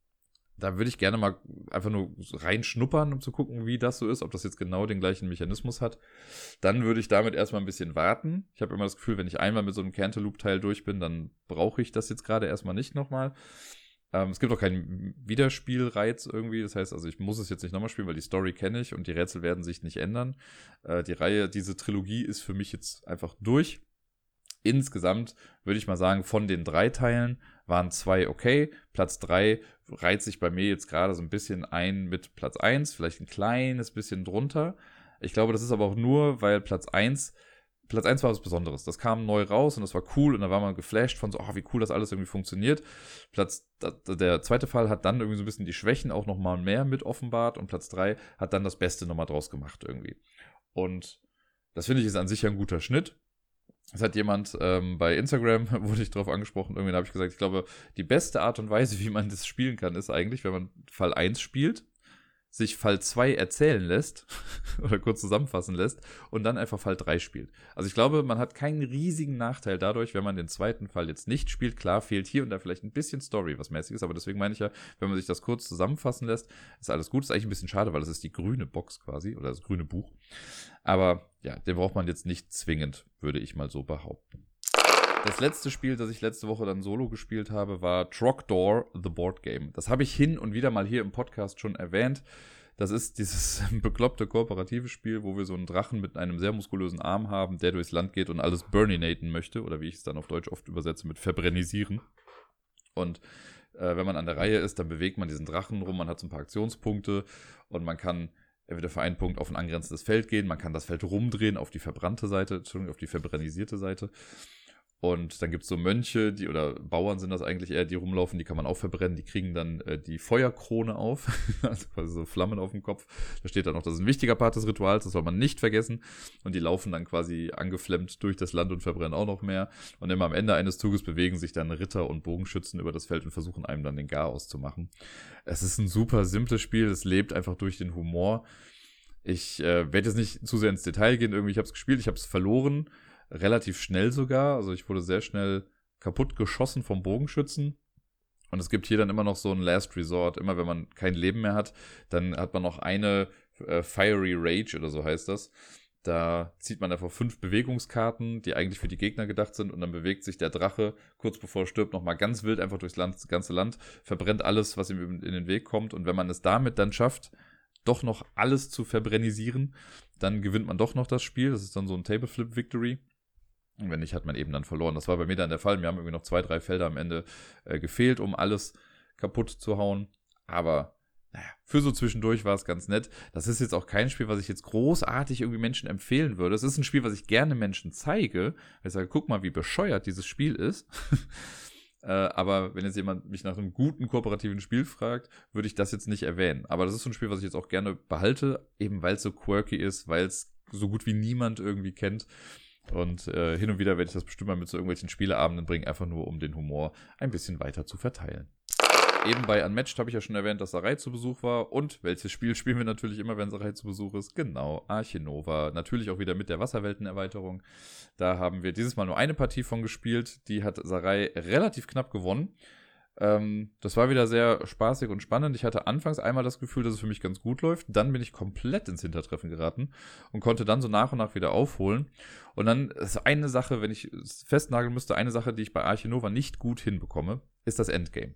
Da würde ich gerne mal einfach nur reinschnuppern, um zu gucken, wie das so ist, ob das jetzt genau den gleichen Mechanismus hat. Dann würde ich damit erstmal ein bisschen warten. Ich habe immer das Gefühl, wenn ich einmal mit so einem Cantaloupe-Teil durch bin, dann brauche ich das jetzt gerade erstmal nicht nochmal. Ähm, es gibt auch keinen Wiederspielreiz irgendwie. Das heißt, also ich muss es jetzt nicht nochmal spielen, weil die Story kenne ich und die Rätsel werden sich nicht ändern. Äh, die Reihe, diese Trilogie ist für mich jetzt einfach durch. Insgesamt würde ich mal sagen, von den drei Teilen waren zwei okay. Platz drei reiht sich bei mir jetzt gerade so ein bisschen ein mit Platz eins, vielleicht ein kleines bisschen drunter. Ich glaube, das ist aber auch nur, weil Platz eins, Platz eins war was Besonderes. Das kam neu raus und das war cool und da war man geflasht von so, oh, wie cool das alles irgendwie funktioniert. Platz, der zweite Fall hat dann irgendwie so ein bisschen die Schwächen auch nochmal mehr mit offenbart und Platz drei hat dann das Beste nochmal draus gemacht irgendwie. Und das finde ich ist an sich ein guter Schnitt. Es hat jemand ähm, bei Instagram, wurde ich drauf angesprochen, irgendwie habe ich gesagt, ich glaube, die beste Art und Weise, wie man das spielen kann, ist eigentlich, wenn man Fall eins spielt, sich Fall zwei erzählen lässt oder kurz zusammenfassen lässt und dann einfach Fall drei spielt. Also ich glaube, man hat keinen riesigen Nachteil dadurch, wenn man den zweiten Fall jetzt nicht spielt. Klar, fehlt hier und da vielleicht ein bisschen Story, was mäßig ist, aber deswegen meine ich ja, wenn man sich das kurz zusammenfassen lässt, ist alles gut. Ist eigentlich ein bisschen schade, weil das ist die grüne Box quasi oder das grüne Buch. Aber ja, den braucht man jetzt nicht zwingend, würde ich mal so behaupten. Das letzte Spiel, das ich letzte Woche dann solo gespielt habe, war Trogdor, The Board Game. Das habe ich hin und wieder mal hier im Podcast schon erwähnt. Das ist dieses bekloppte kooperative Spiel, wo wir so einen Drachen mit einem sehr muskulösen Arm haben, der durchs Land geht und alles burninaten möchte. Oder wie ich es dann auf Deutsch oft übersetze, mit verbrennisieren. Und äh, wenn man an der Reihe ist, dann bewegt man diesen Drachen rum. Man hat so ein paar Aktionspunkte und man kann entweder für einen Punkt auf ein angrenzendes Feld gehen. Man kann das Feld rumdrehen auf die verbrannte Seite, Entschuldigung, auf die verbrennisierte Seite. Und dann gibt es so Mönche, die, oder Bauern sind das eigentlich eher, die rumlaufen, die kann man auch verbrennen, die kriegen dann äh, die Feuerkrone auf, also quasi so Flammen auf dem Kopf. Da steht dann noch, das ist ein wichtiger Part des Rituals, das soll man nicht vergessen. Und die laufen dann quasi angeflemmt durch das Land und verbrennen auch noch mehr. Und immer am Ende eines Zuges bewegen sich dann Ritter und Bogenschützen über das Feld und versuchen einem dann den Garaus zu machen. Es ist ein super simples Spiel, es lebt einfach durch den Humor. Ich äh, werde jetzt nicht zu sehr ins Detail gehen, irgendwie, ich habe es gespielt, ich habe es verloren. Relativ schnell sogar, also ich wurde sehr schnell kaputt geschossen vom Bogenschützen und es gibt hier dann immer noch so ein Last Resort, immer wenn man kein Leben mehr hat, dann hat man noch eine äh, Fiery Rage oder so heißt das, da zieht man einfach fünf Bewegungskarten, die eigentlich für die Gegner gedacht sind und dann bewegt sich der Drache kurz bevor er stirbt nochmal ganz wild einfach durchs Land, das ganze Land, verbrennt alles, was ihm in den Weg kommt und wenn man es damit dann schafft, doch noch alles zu verbrennisieren, dann gewinnt man doch noch das Spiel, das ist dann so ein Tableflip Victory. Und wenn nicht, hat man eben dann verloren. Das war bei mir dann der Fall. Mir haben irgendwie noch zwei, drei Felder am Ende äh, gefehlt, um alles kaputt zu hauen. Aber naja, für so zwischendurch war es ganz nett. Das ist jetzt auch kein Spiel, was ich jetzt großartig irgendwie Menschen empfehlen würde. Es ist ein Spiel, was ich gerne Menschen zeige. Weil ich sage, guck mal, wie bescheuert dieses Spiel ist. äh, aber wenn jetzt jemand mich nach einem guten kooperativen Spiel fragt, würde ich das jetzt nicht erwähnen. Aber das ist so ein Spiel, was ich jetzt auch gerne behalte. Eben weil es so quirky ist, weil es so gut wie niemand irgendwie kennt. Und äh, hin und wieder werde ich das bestimmt mal mit so irgendwelchen Spieleabenden bringen, einfach nur um den Humor ein bisschen weiter zu verteilen. Eben bei Unmatched habe ich ja schon erwähnt, dass Sarai zu Besuch war. Und welches Spiel spielen wir natürlich immer, wenn Sarai zu Besuch ist? Genau, Arche Nova. Natürlich auch wieder mit der Wasserweltenerweiterung. Da haben wir dieses Mal nur eine Partie von gespielt. Die hat Sarai relativ knapp gewonnen. Ähm, das war wieder sehr spaßig und spannend. Ich hatte anfangs einmal das Gefühl, dass es für mich ganz gut läuft. Dann bin ich komplett ins Hintertreffen geraten und konnte dann so nach und nach wieder aufholen. Und dann ist eine Sache, wenn ich es festnageln müsste, eine Sache, die ich bei Arche Nova nicht gut hinbekomme, ist das Endgame.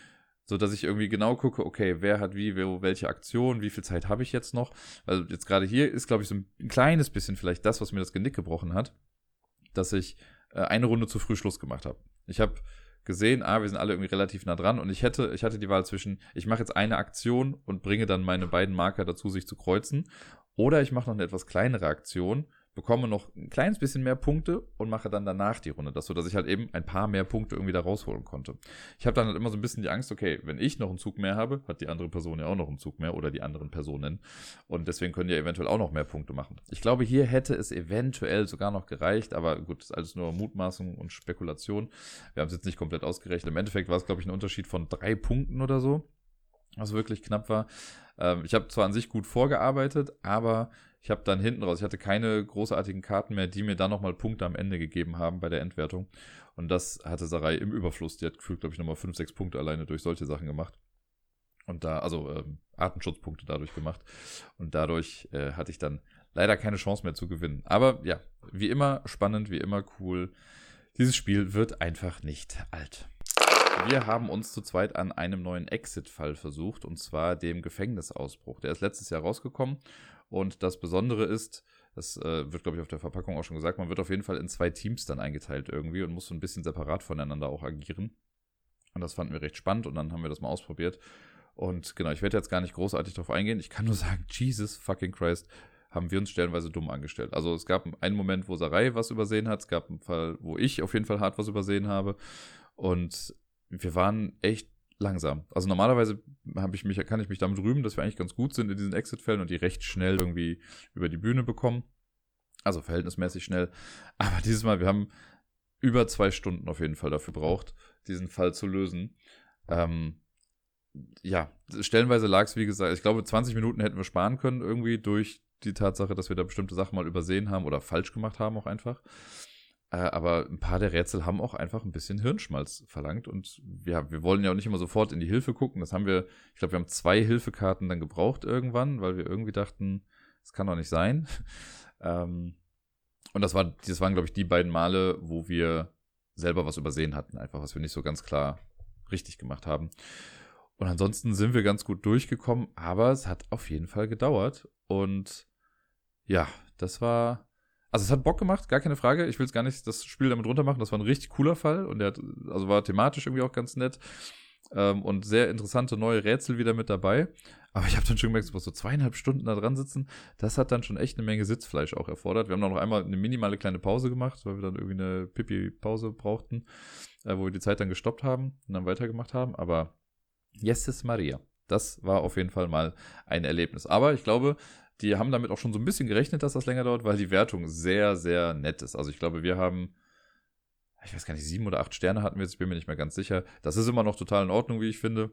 So dass ich irgendwie genau gucke, okay, wer hat wie, wer, welche Aktion, wie viel Zeit habe ich jetzt noch. Also jetzt gerade hier ist, glaube ich, so ein kleines bisschen vielleicht das, was mir das Genick gebrochen hat, dass ich äh, eine Runde zu früh Schluss gemacht habe. Ich habe gesehen, ah, wir sind alle irgendwie relativ nah dran und ich hätte, ich hatte die Wahl zwischen, ich mache jetzt eine Aktion und bringe dann meine beiden Marker dazu, sich zu kreuzen, oder ich mache noch eine etwas kleinere Aktion, bekomme noch ein kleines bisschen mehr Punkte und mache dann danach die Runde, das so, dass ich halt eben ein paar mehr Punkte irgendwie da rausholen konnte. Ich habe dann halt immer so ein bisschen die Angst, okay, wenn ich noch einen Zug mehr habe, hat die andere Person ja auch noch einen Zug mehr oder die anderen Personen und deswegen können die ja eventuell auch noch mehr Punkte machen. Ich glaube, hier hätte es eventuell sogar noch gereicht, aber gut, das ist alles nur Mutmaßung und Spekulation. Wir haben es jetzt nicht komplett ausgerechnet. Im Endeffekt war es, glaube ich, ein Unterschied von drei Punkten oder so, was wirklich knapp war. Ähm, ich habe zwar an sich gut vorgearbeitet, aber ich habe dann hinten raus, ich hatte keine großartigen Karten mehr, die mir dann nochmal Punkte am Ende gegeben haben bei der Endwertung. Und das hatte Sarai im Überfluss. Die hat gefühlt, glaube ich, nochmal fünf, sechs Punkte alleine durch solche Sachen gemacht. Und da, also ähm, Artenschutzpunkte dadurch gemacht. Und dadurch äh, hatte ich dann leider keine Chance mehr zu gewinnen. Aber ja, wie immer spannend, wie immer cool. Dieses Spiel wird einfach nicht alt. Wir haben uns zu zweit an einem neuen Exit-Fall versucht, und zwar dem Gefängnisausbruch. Der ist letztes Jahr rausgekommen und das Besondere ist, das äh, wird, glaube ich, auf der Verpackung auch schon gesagt, man wird auf jeden Fall in zwei Teams dann eingeteilt irgendwie und muss so ein bisschen separat voneinander auch agieren. Und das fanden wir recht spannend und dann haben wir das mal ausprobiert. Und genau, ich werde jetzt gar nicht großartig darauf eingehen. Ich kann nur sagen, Jesus fucking Christ, haben wir uns stellenweise dumm angestellt. Also es gab einen Moment, wo Sarai was übersehen hat. Es gab einen Fall, wo ich auf jeden Fall hart was übersehen habe. Und wir waren echt langsam. Also normalerweise hab ich mich, kann ich mich damit rühmen, dass wir eigentlich ganz gut sind in diesen Exit-Fällen und die recht schnell irgendwie über die Bühne bekommen. Also verhältnismäßig schnell. Aber dieses Mal, wir haben über zwei Stunden auf jeden Fall dafür gebraucht, diesen Fall zu lösen. Ähm, ja, stellenweise lag es, wie gesagt, ich glaube, zwanzig Minuten hätten wir sparen können irgendwie durch die Tatsache, dass wir da bestimmte Sachen mal übersehen haben oder falsch gemacht haben auch einfach. Aber ein paar der Rätsel haben auch einfach ein bisschen Hirnschmalz verlangt. Und ja, wir wollen ja auch nicht immer sofort in die Hilfe gucken. Das haben wir, ich glaube, wir haben zwei Hilfekarten dann gebraucht irgendwann, weil wir irgendwie dachten, das kann doch nicht sein. Ähm, und das, war, das waren, glaube ich, die beiden Male, wo wir selber was übersehen hatten. Einfach, was wir nicht so ganz klar richtig gemacht haben. Und ansonsten sind wir ganz gut durchgekommen. Aber es hat auf jeden Fall gedauert. Und ja, das war... Also es hat Bock gemacht, gar keine Frage. Ich will jetzt gar nicht das Spiel damit runter machen. Das war ein richtig cooler Fall und der hat, also war thematisch irgendwie auch ganz nett ähm, und sehr interessante neue Rätsel wieder mit dabei. Aber ich habe dann schon gemerkt, so zweieinhalb Stunden da dran sitzen, das hat dann schon echt eine Menge Sitzfleisch auch erfordert. Wir haben dann noch einmal eine minimale kleine Pause gemacht, weil wir dann irgendwie eine Pipi-Pause brauchten, äh, wo wir die Zeit dann gestoppt haben und dann weitergemacht haben. Aber Jesus Maria, das war auf jeden Fall mal ein Erlebnis. Aber ich glaube, die haben damit auch schon so ein bisschen gerechnet, dass das länger dauert, weil die Wertung sehr, sehr nett ist. Also ich glaube, wir haben, ich weiß gar nicht, sieben oder acht Sterne hatten wir jetzt, ich bin mir nicht mehr ganz sicher. Das ist immer noch total in Ordnung, wie ich finde.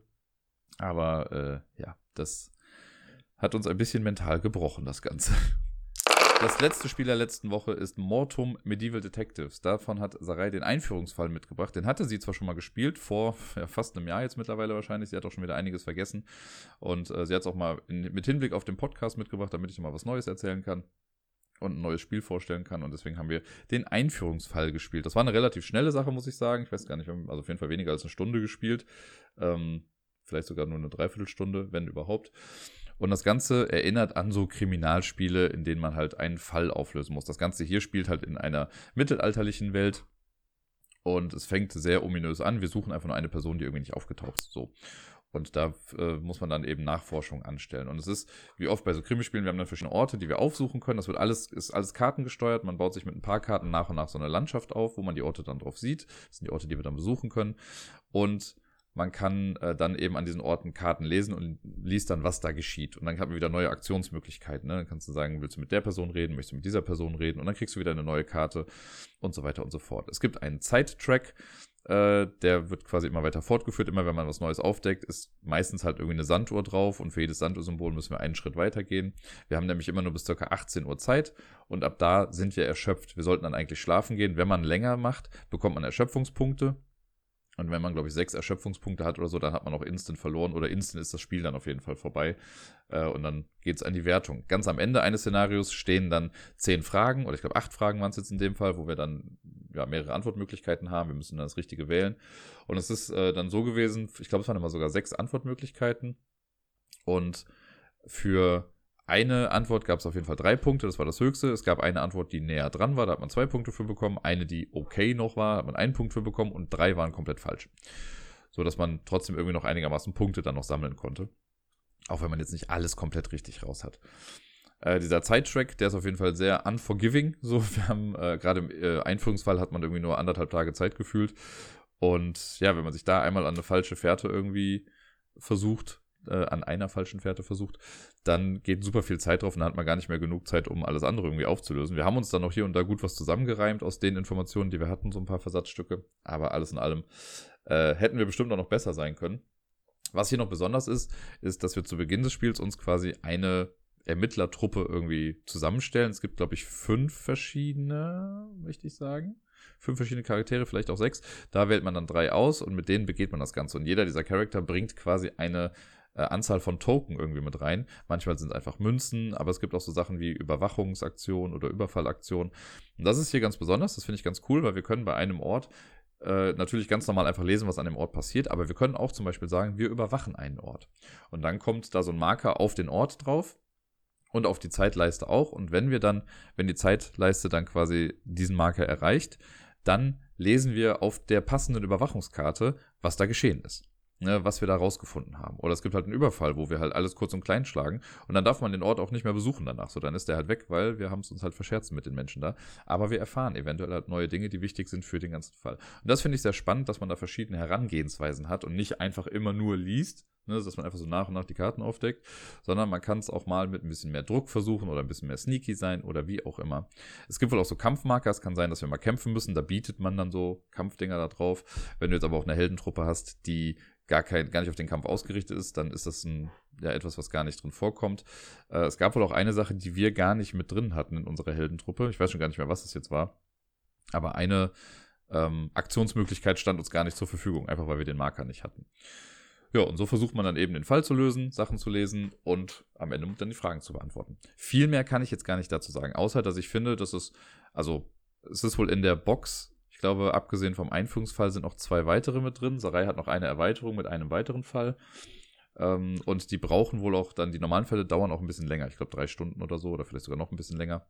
Aber äh, ja, das hat uns ein bisschen mental gebrochen, das Ganze. Das letzte Spiel der letzten Woche ist Mortum Medieval Detectives. Davon hat Sarai den Einführungsfall mitgebracht. Den hatte sie zwar schon mal gespielt, vor ja, fast einem Jahr jetzt mittlerweile wahrscheinlich. Sie hat auch schon wieder einiges vergessen. Und äh, sie hat es auch mal in, mit Hinblick auf den Podcast mitgebracht, damit ich mal was Neues erzählen kann und ein neues Spiel vorstellen kann. Und deswegen haben wir den Einführungsfall gespielt. Das war eine relativ schnelle Sache, muss ich sagen. Ich weiß gar nicht, wir haben also auf jeden Fall weniger als eine Stunde gespielt. Ähm, vielleicht sogar nur eine Dreiviertelstunde, wenn überhaupt. Und das Ganze erinnert an so Kriminalspiele, in denen man halt einen Fall auflösen muss. Das Ganze hier spielt halt in einer mittelalterlichen Welt. Und es fängt sehr ominös an. Wir suchen einfach nur eine Person, die irgendwie nicht aufgetaucht ist. So. Und da äh, muss man dann eben Nachforschung anstellen. Und es ist, wie oft bei so Krimispielen, wir haben dann verschiedene Orte, die wir aufsuchen können. Das wird alles, ist alles kartengesteuert. Man baut sich mit ein paar Karten nach und nach so eine Landschaft auf, wo man die Orte dann drauf sieht. Das sind die Orte, die wir dann besuchen können. Und man kann äh, dann eben an diesen Orten Karten lesen und liest dann, was da geschieht. Und dann hat man wieder neue Aktionsmöglichkeiten. Ne? Dann kannst du sagen, willst du mit der Person reden, möchtest du mit dieser Person reden? Und dann kriegst du wieder eine neue Karte und so weiter und so fort. Es gibt einen Zeittrack, äh, der wird quasi immer weiter fortgeführt. Immer wenn man was Neues aufdeckt, ist meistens halt irgendwie eine Sanduhr drauf. Und für jedes Sanduhrsymbol müssen wir einen Schritt weitergehen. Wir haben nämlich immer nur bis ca. achtzehn Uhr Zeit. Und ab da sind wir erschöpft. Wir sollten dann eigentlich schlafen gehen. Wenn man länger macht, bekommt man Erschöpfungspunkte. Und wenn man, glaube ich, sechs Erschöpfungspunkte hat oder so, dann hat man auch instant verloren. Oder instant ist das Spiel dann auf jeden Fall vorbei. Äh, und dann geht es an die Wertung. Ganz am Ende eines Szenarios stehen dann zehn Fragen, oder ich glaube acht Fragen waren es jetzt in dem Fall, wo wir dann ja, mehrere Antwortmöglichkeiten haben. Wir müssen dann das Richtige wählen. Und es ist äh, dann so gewesen, ich glaube, es waren immer sogar sechs Antwortmöglichkeiten. Und für eine Antwort gab es auf jeden Fall drei Punkte, das war das höchste. Es gab eine Antwort, die näher dran war, da hat man zwei Punkte für bekommen. Eine, die okay noch war, hat man einen Punkt für bekommen und drei waren komplett falsch. So dass man trotzdem irgendwie noch einigermaßen Punkte dann noch sammeln konnte. Auch wenn man jetzt nicht alles komplett richtig raus hat. Äh, dieser Zeittrack, der ist auf jeden Fall sehr unforgiving. So, wir haben äh, gerade im äh, Einführungsfall hat man irgendwie nur anderthalb Tage Zeit gefühlt. Und ja, wenn man sich da einmal an eine falsche Fährte irgendwie versucht, Äh, an einer falschen Fährte versucht, dann geht super viel Zeit drauf und dann hat man gar nicht mehr genug Zeit, um alles andere irgendwie aufzulösen. Wir haben uns dann noch hier und da gut was zusammengereimt aus den Informationen, die wir hatten, so ein paar Versatzstücke, aber alles in allem äh, hätten wir bestimmt auch noch besser sein können. Was hier noch besonders ist, ist, dass wir zu Beginn des Spiels uns quasi eine Ermittlertruppe irgendwie zusammenstellen. Es gibt, glaube ich, fünf verschiedene, möchte ich sagen. Fünf verschiedene Charaktere, vielleicht auch sechs. Da wählt man dann drei aus und mit denen begeht man das Ganze. Und jeder dieser Charakter bringt quasi eine äh, Anzahl von Token irgendwie mit rein. Manchmal sind es einfach Münzen, aber es gibt auch so Sachen wie Überwachungsaktionen oder Überfallaktionen. Und das ist hier ganz besonders, das finde ich ganz cool, weil wir können bei einem Ort äh, natürlich ganz normal einfach lesen, was an dem Ort passiert, aber wir können auch zum Beispiel sagen, wir überwachen einen Ort. Und dann kommt da so ein Marker auf den Ort drauf. Und auf die Zeitleiste auch. Und wenn wir dann, wenn die Zeitleiste dann quasi diesen Marker erreicht, dann lesen wir auf der passenden Überwachungskarte, was da geschehen ist. Ne, was wir da rausgefunden haben. Oder es gibt halt einen Überfall, wo wir halt alles kurz und klein schlagen. Und dann darf man den Ort auch nicht mehr besuchen danach. So, dann ist der halt weg, weil wir haben es uns halt verscherzt mit den Menschen da. Aber wir erfahren eventuell halt neue Dinge, die wichtig sind für den ganzen Fall. Und das finde ich sehr spannend, dass man da verschiedene Herangehensweisen hat und nicht einfach immer nur liest, ne, dass man einfach so nach und nach die Karten aufdeckt, sondern man kann es auch mal mit ein bisschen mehr Druck versuchen oder ein bisschen mehr sneaky sein oder wie auch immer. Es gibt wohl auch so Kampfmarker. Es kann sein, dass wir mal kämpfen müssen. Da bietet man dann so Kampfdinger da drauf. Wenn du jetzt aber auch eine Heldentruppe hast, die gar kein, gar nicht auf den Kampf ausgerichtet ist, dann ist das ein, ja, etwas, was gar nicht drin vorkommt. Äh, es gab wohl auch eine Sache, die wir gar nicht mit drin hatten in unserer Heldentruppe. Ich weiß schon gar nicht mehr, was das jetzt war. Aber eine ähm, Aktionsmöglichkeit stand uns gar nicht zur Verfügung, einfach weil wir den Marker nicht hatten. Ja, und so versucht man dann eben den Fall zu lösen, Sachen zu lesen und am Ende dann die Fragen zu beantworten. Viel mehr kann ich jetzt gar nicht dazu sagen, außer dass ich finde, dass es, also es ist wohl in der Box. Ich glaube, abgesehen vom Einführungsfall sind noch zwei weitere mit drin. Sarai hat noch eine Erweiterung mit einem weiteren Fall. Ähm, und die brauchen wohl auch dann, die normalen Fälle dauern auch ein bisschen länger. Ich glaube, drei Stunden oder so oder vielleicht sogar noch ein bisschen länger.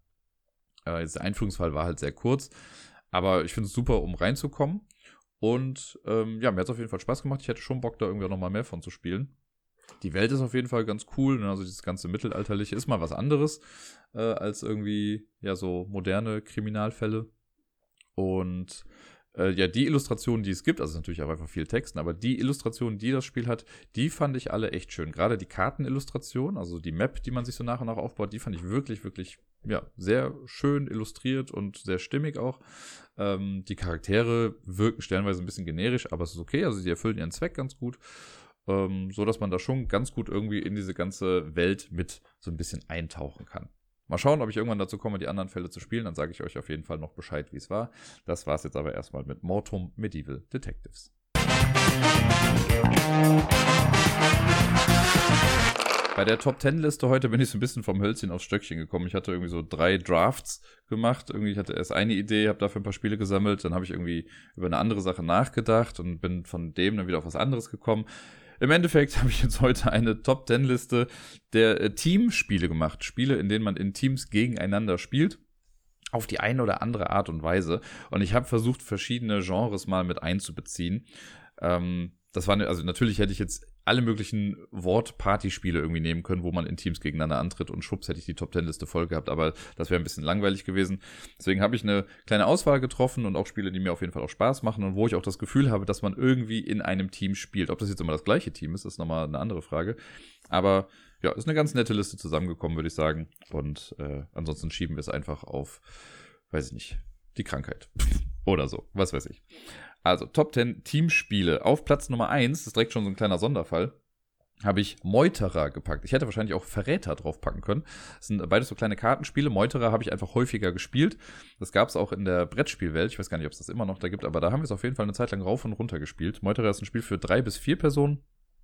Äh, der Einführungsfall war halt sehr kurz. Aber ich finde es super, um reinzukommen. Und ähm, ja, mir hat es auf jeden Fall Spaß gemacht. Ich hätte schon Bock, da irgendwie auch nochmal mehr von zu spielen. Die Welt ist auf jeden Fall ganz cool, also dieses ganze Mittelalterliche ist mal was anderes äh, als irgendwie, ja, so moderne Kriminalfälle. Und äh, ja, die Illustrationen, die es gibt, also natürlich auch einfach viel Texten, aber die Illustrationen, die das Spiel hat, die fand ich alle echt schön. Gerade die Kartenillustration, also die Map, die man sich so nach und nach aufbaut, die fand ich wirklich, wirklich, ja, sehr schön illustriert und sehr stimmig auch. Ähm, die Charaktere wirken stellenweise ein bisschen generisch, aber es ist okay, also sie erfüllen ihren Zweck ganz gut. Ähm, so dass man da schon ganz gut irgendwie in diese ganze Welt mit so ein bisschen eintauchen kann. Mal schauen, ob ich irgendwann dazu komme, die anderen Fälle zu spielen. Dann sage ich euch auf jeden Fall noch Bescheid, wie es war. Das war es jetzt aber erstmal mit Mortum Medieval Detectives. Bei der Top zehn Liste heute bin ich so ein bisschen vom Hölzchen aufs Stöckchen gekommen. Ich hatte irgendwie so drei Drafts gemacht. Irgendwie hatte erst eine Idee, habe dafür ein paar Spiele gesammelt. Dann habe ich irgendwie über eine andere Sache nachgedacht und bin von dem dann wieder auf was anderes gekommen. Im Endeffekt habe ich jetzt heute eine Top zehn Liste der äh, Teamspiele gemacht. Spiele, in denen man in Teams gegeneinander spielt. Auf die eine oder andere Art und Weise. Und ich habe versucht, verschiedene Genres mal mit einzubeziehen. Ähm, das war, ne, also natürlich hätte ich jetzt alle möglichen Wort-Party-Spiele irgendwie nehmen können, wo man in Teams gegeneinander antritt und schwupps hätte ich die Top zehn Liste voll gehabt, aber das wäre ein bisschen langweilig gewesen. Deswegen habe ich eine kleine Auswahl getroffen und auch Spiele, die mir auf jeden Fall auch Spaß machen und wo ich auch das Gefühl habe, dass man irgendwie in einem Team spielt. Ob das jetzt immer das gleiche Team ist, ist nochmal eine andere Frage. Aber ja, ist eine ganz nette Liste zusammengekommen, würde ich sagen. Und äh, ansonsten schieben wir es einfach auf, weiß ich nicht, die Krankheit. Oder so, was weiß ich. Also, Top zehn Teamspiele. Auf Platz Nummer eins, das ist direkt schon so ein kleiner Sonderfall, habe ich Meuterer gepackt. Ich hätte wahrscheinlich auch Verräter draufpacken können. Das sind beides so kleine Kartenspiele. Meuterer habe ich einfach häufiger gespielt. Das gab es auch in der Brettspielwelt. Ich weiß gar nicht, ob es das immer noch da gibt, aber da haben wir es auf jeden Fall eine Zeit lang rauf und runter gespielt. Meuterer ist ein Spiel für drei bis vier Personen.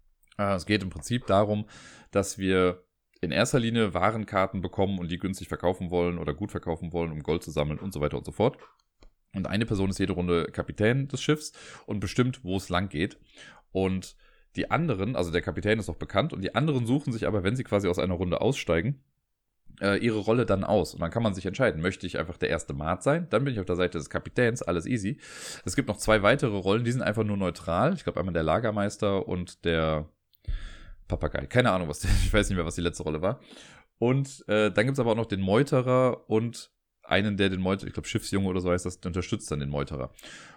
Es geht im Prinzip darum, dass wir in erster Linie Warenkarten bekommen und die günstig verkaufen wollen oder gut verkaufen wollen, um Gold zu sammeln und so weiter und so fort. Und eine Person ist jede Runde Kapitän des Schiffs und bestimmt, wo es lang geht. Und die anderen, also der Kapitän ist auch bekannt, und die anderen suchen sich aber, wenn sie quasi aus einer Runde aussteigen, äh, ihre Rolle dann aus. Und dann kann man sich entscheiden, möchte ich einfach der erste Maat sein? Dann bin ich auf der Seite des Kapitäns, alles easy. Es gibt noch zwei weitere Rollen, die sind einfach nur neutral. Ich glaube einmal der Lagermeister und der Papagei. Keine Ahnung, was der, ich weiß nicht mehr, was die letzte Rolle war. Und äh, dann gibt es aber auch noch den Meuterer und einen, der den Meuterer, ich glaube Schiffsjunge oder so heißt das, der unterstützt dann den Meuterer.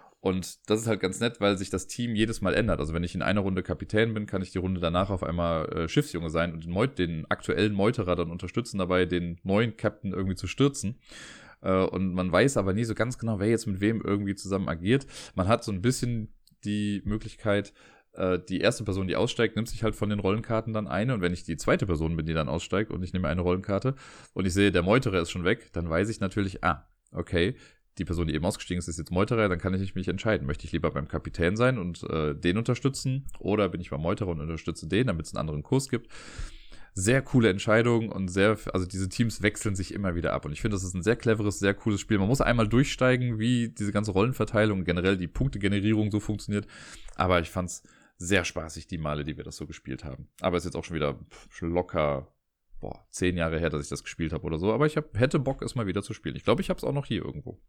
Und das ist halt ganz nett, weil sich das Team jedes Mal ändert. Also wenn ich in einer Runde Kapitän bin, kann ich die Runde danach auf einmal äh, Schiffsjunge sein und den, Meut- den aktuellen Meuterer dann unterstützen dabei, den neuen Captain irgendwie zu stürzen. Äh, und man weiß aber nie so ganz genau, wer jetzt mit wem irgendwie zusammen agiert. Man hat so ein bisschen die Möglichkeit, äh, die erste Person, die aussteigt, nimmt sich halt von den Rollenkarten dann eine. Und wenn ich die zweite Person bin, die dann aussteigt und ich nehme eine Rollenkarte und ich sehe, der Meuterer ist schon weg, dann weiß ich natürlich, ah, okay, die Person, die eben ausgestiegen ist, ist jetzt Meuterer, dann kann ich mich entscheiden. Möchte ich lieber beim Kapitän sein und äh, den unterstützen oder bin ich beim Meuterer und unterstütze den, damit es einen anderen Kurs gibt. Sehr coole Entscheidung und sehr, also diese Teams wechseln sich immer wieder ab und ich finde, das ist ein sehr cleveres, sehr cooles Spiel. Man muss einmal durchsteigen, wie diese ganze Rollenverteilung, generell die Punktegenerierung so funktioniert, aber ich fand's sehr spaßig, die Male, die wir das so gespielt haben. Aber es ist jetzt auch schon wieder schon locker, boah, zehn Jahre her, dass ich das gespielt habe oder so. Aber ich hab, hätte Bock, es mal wieder zu spielen. Ich glaube, ich habe es auch noch hier irgendwo.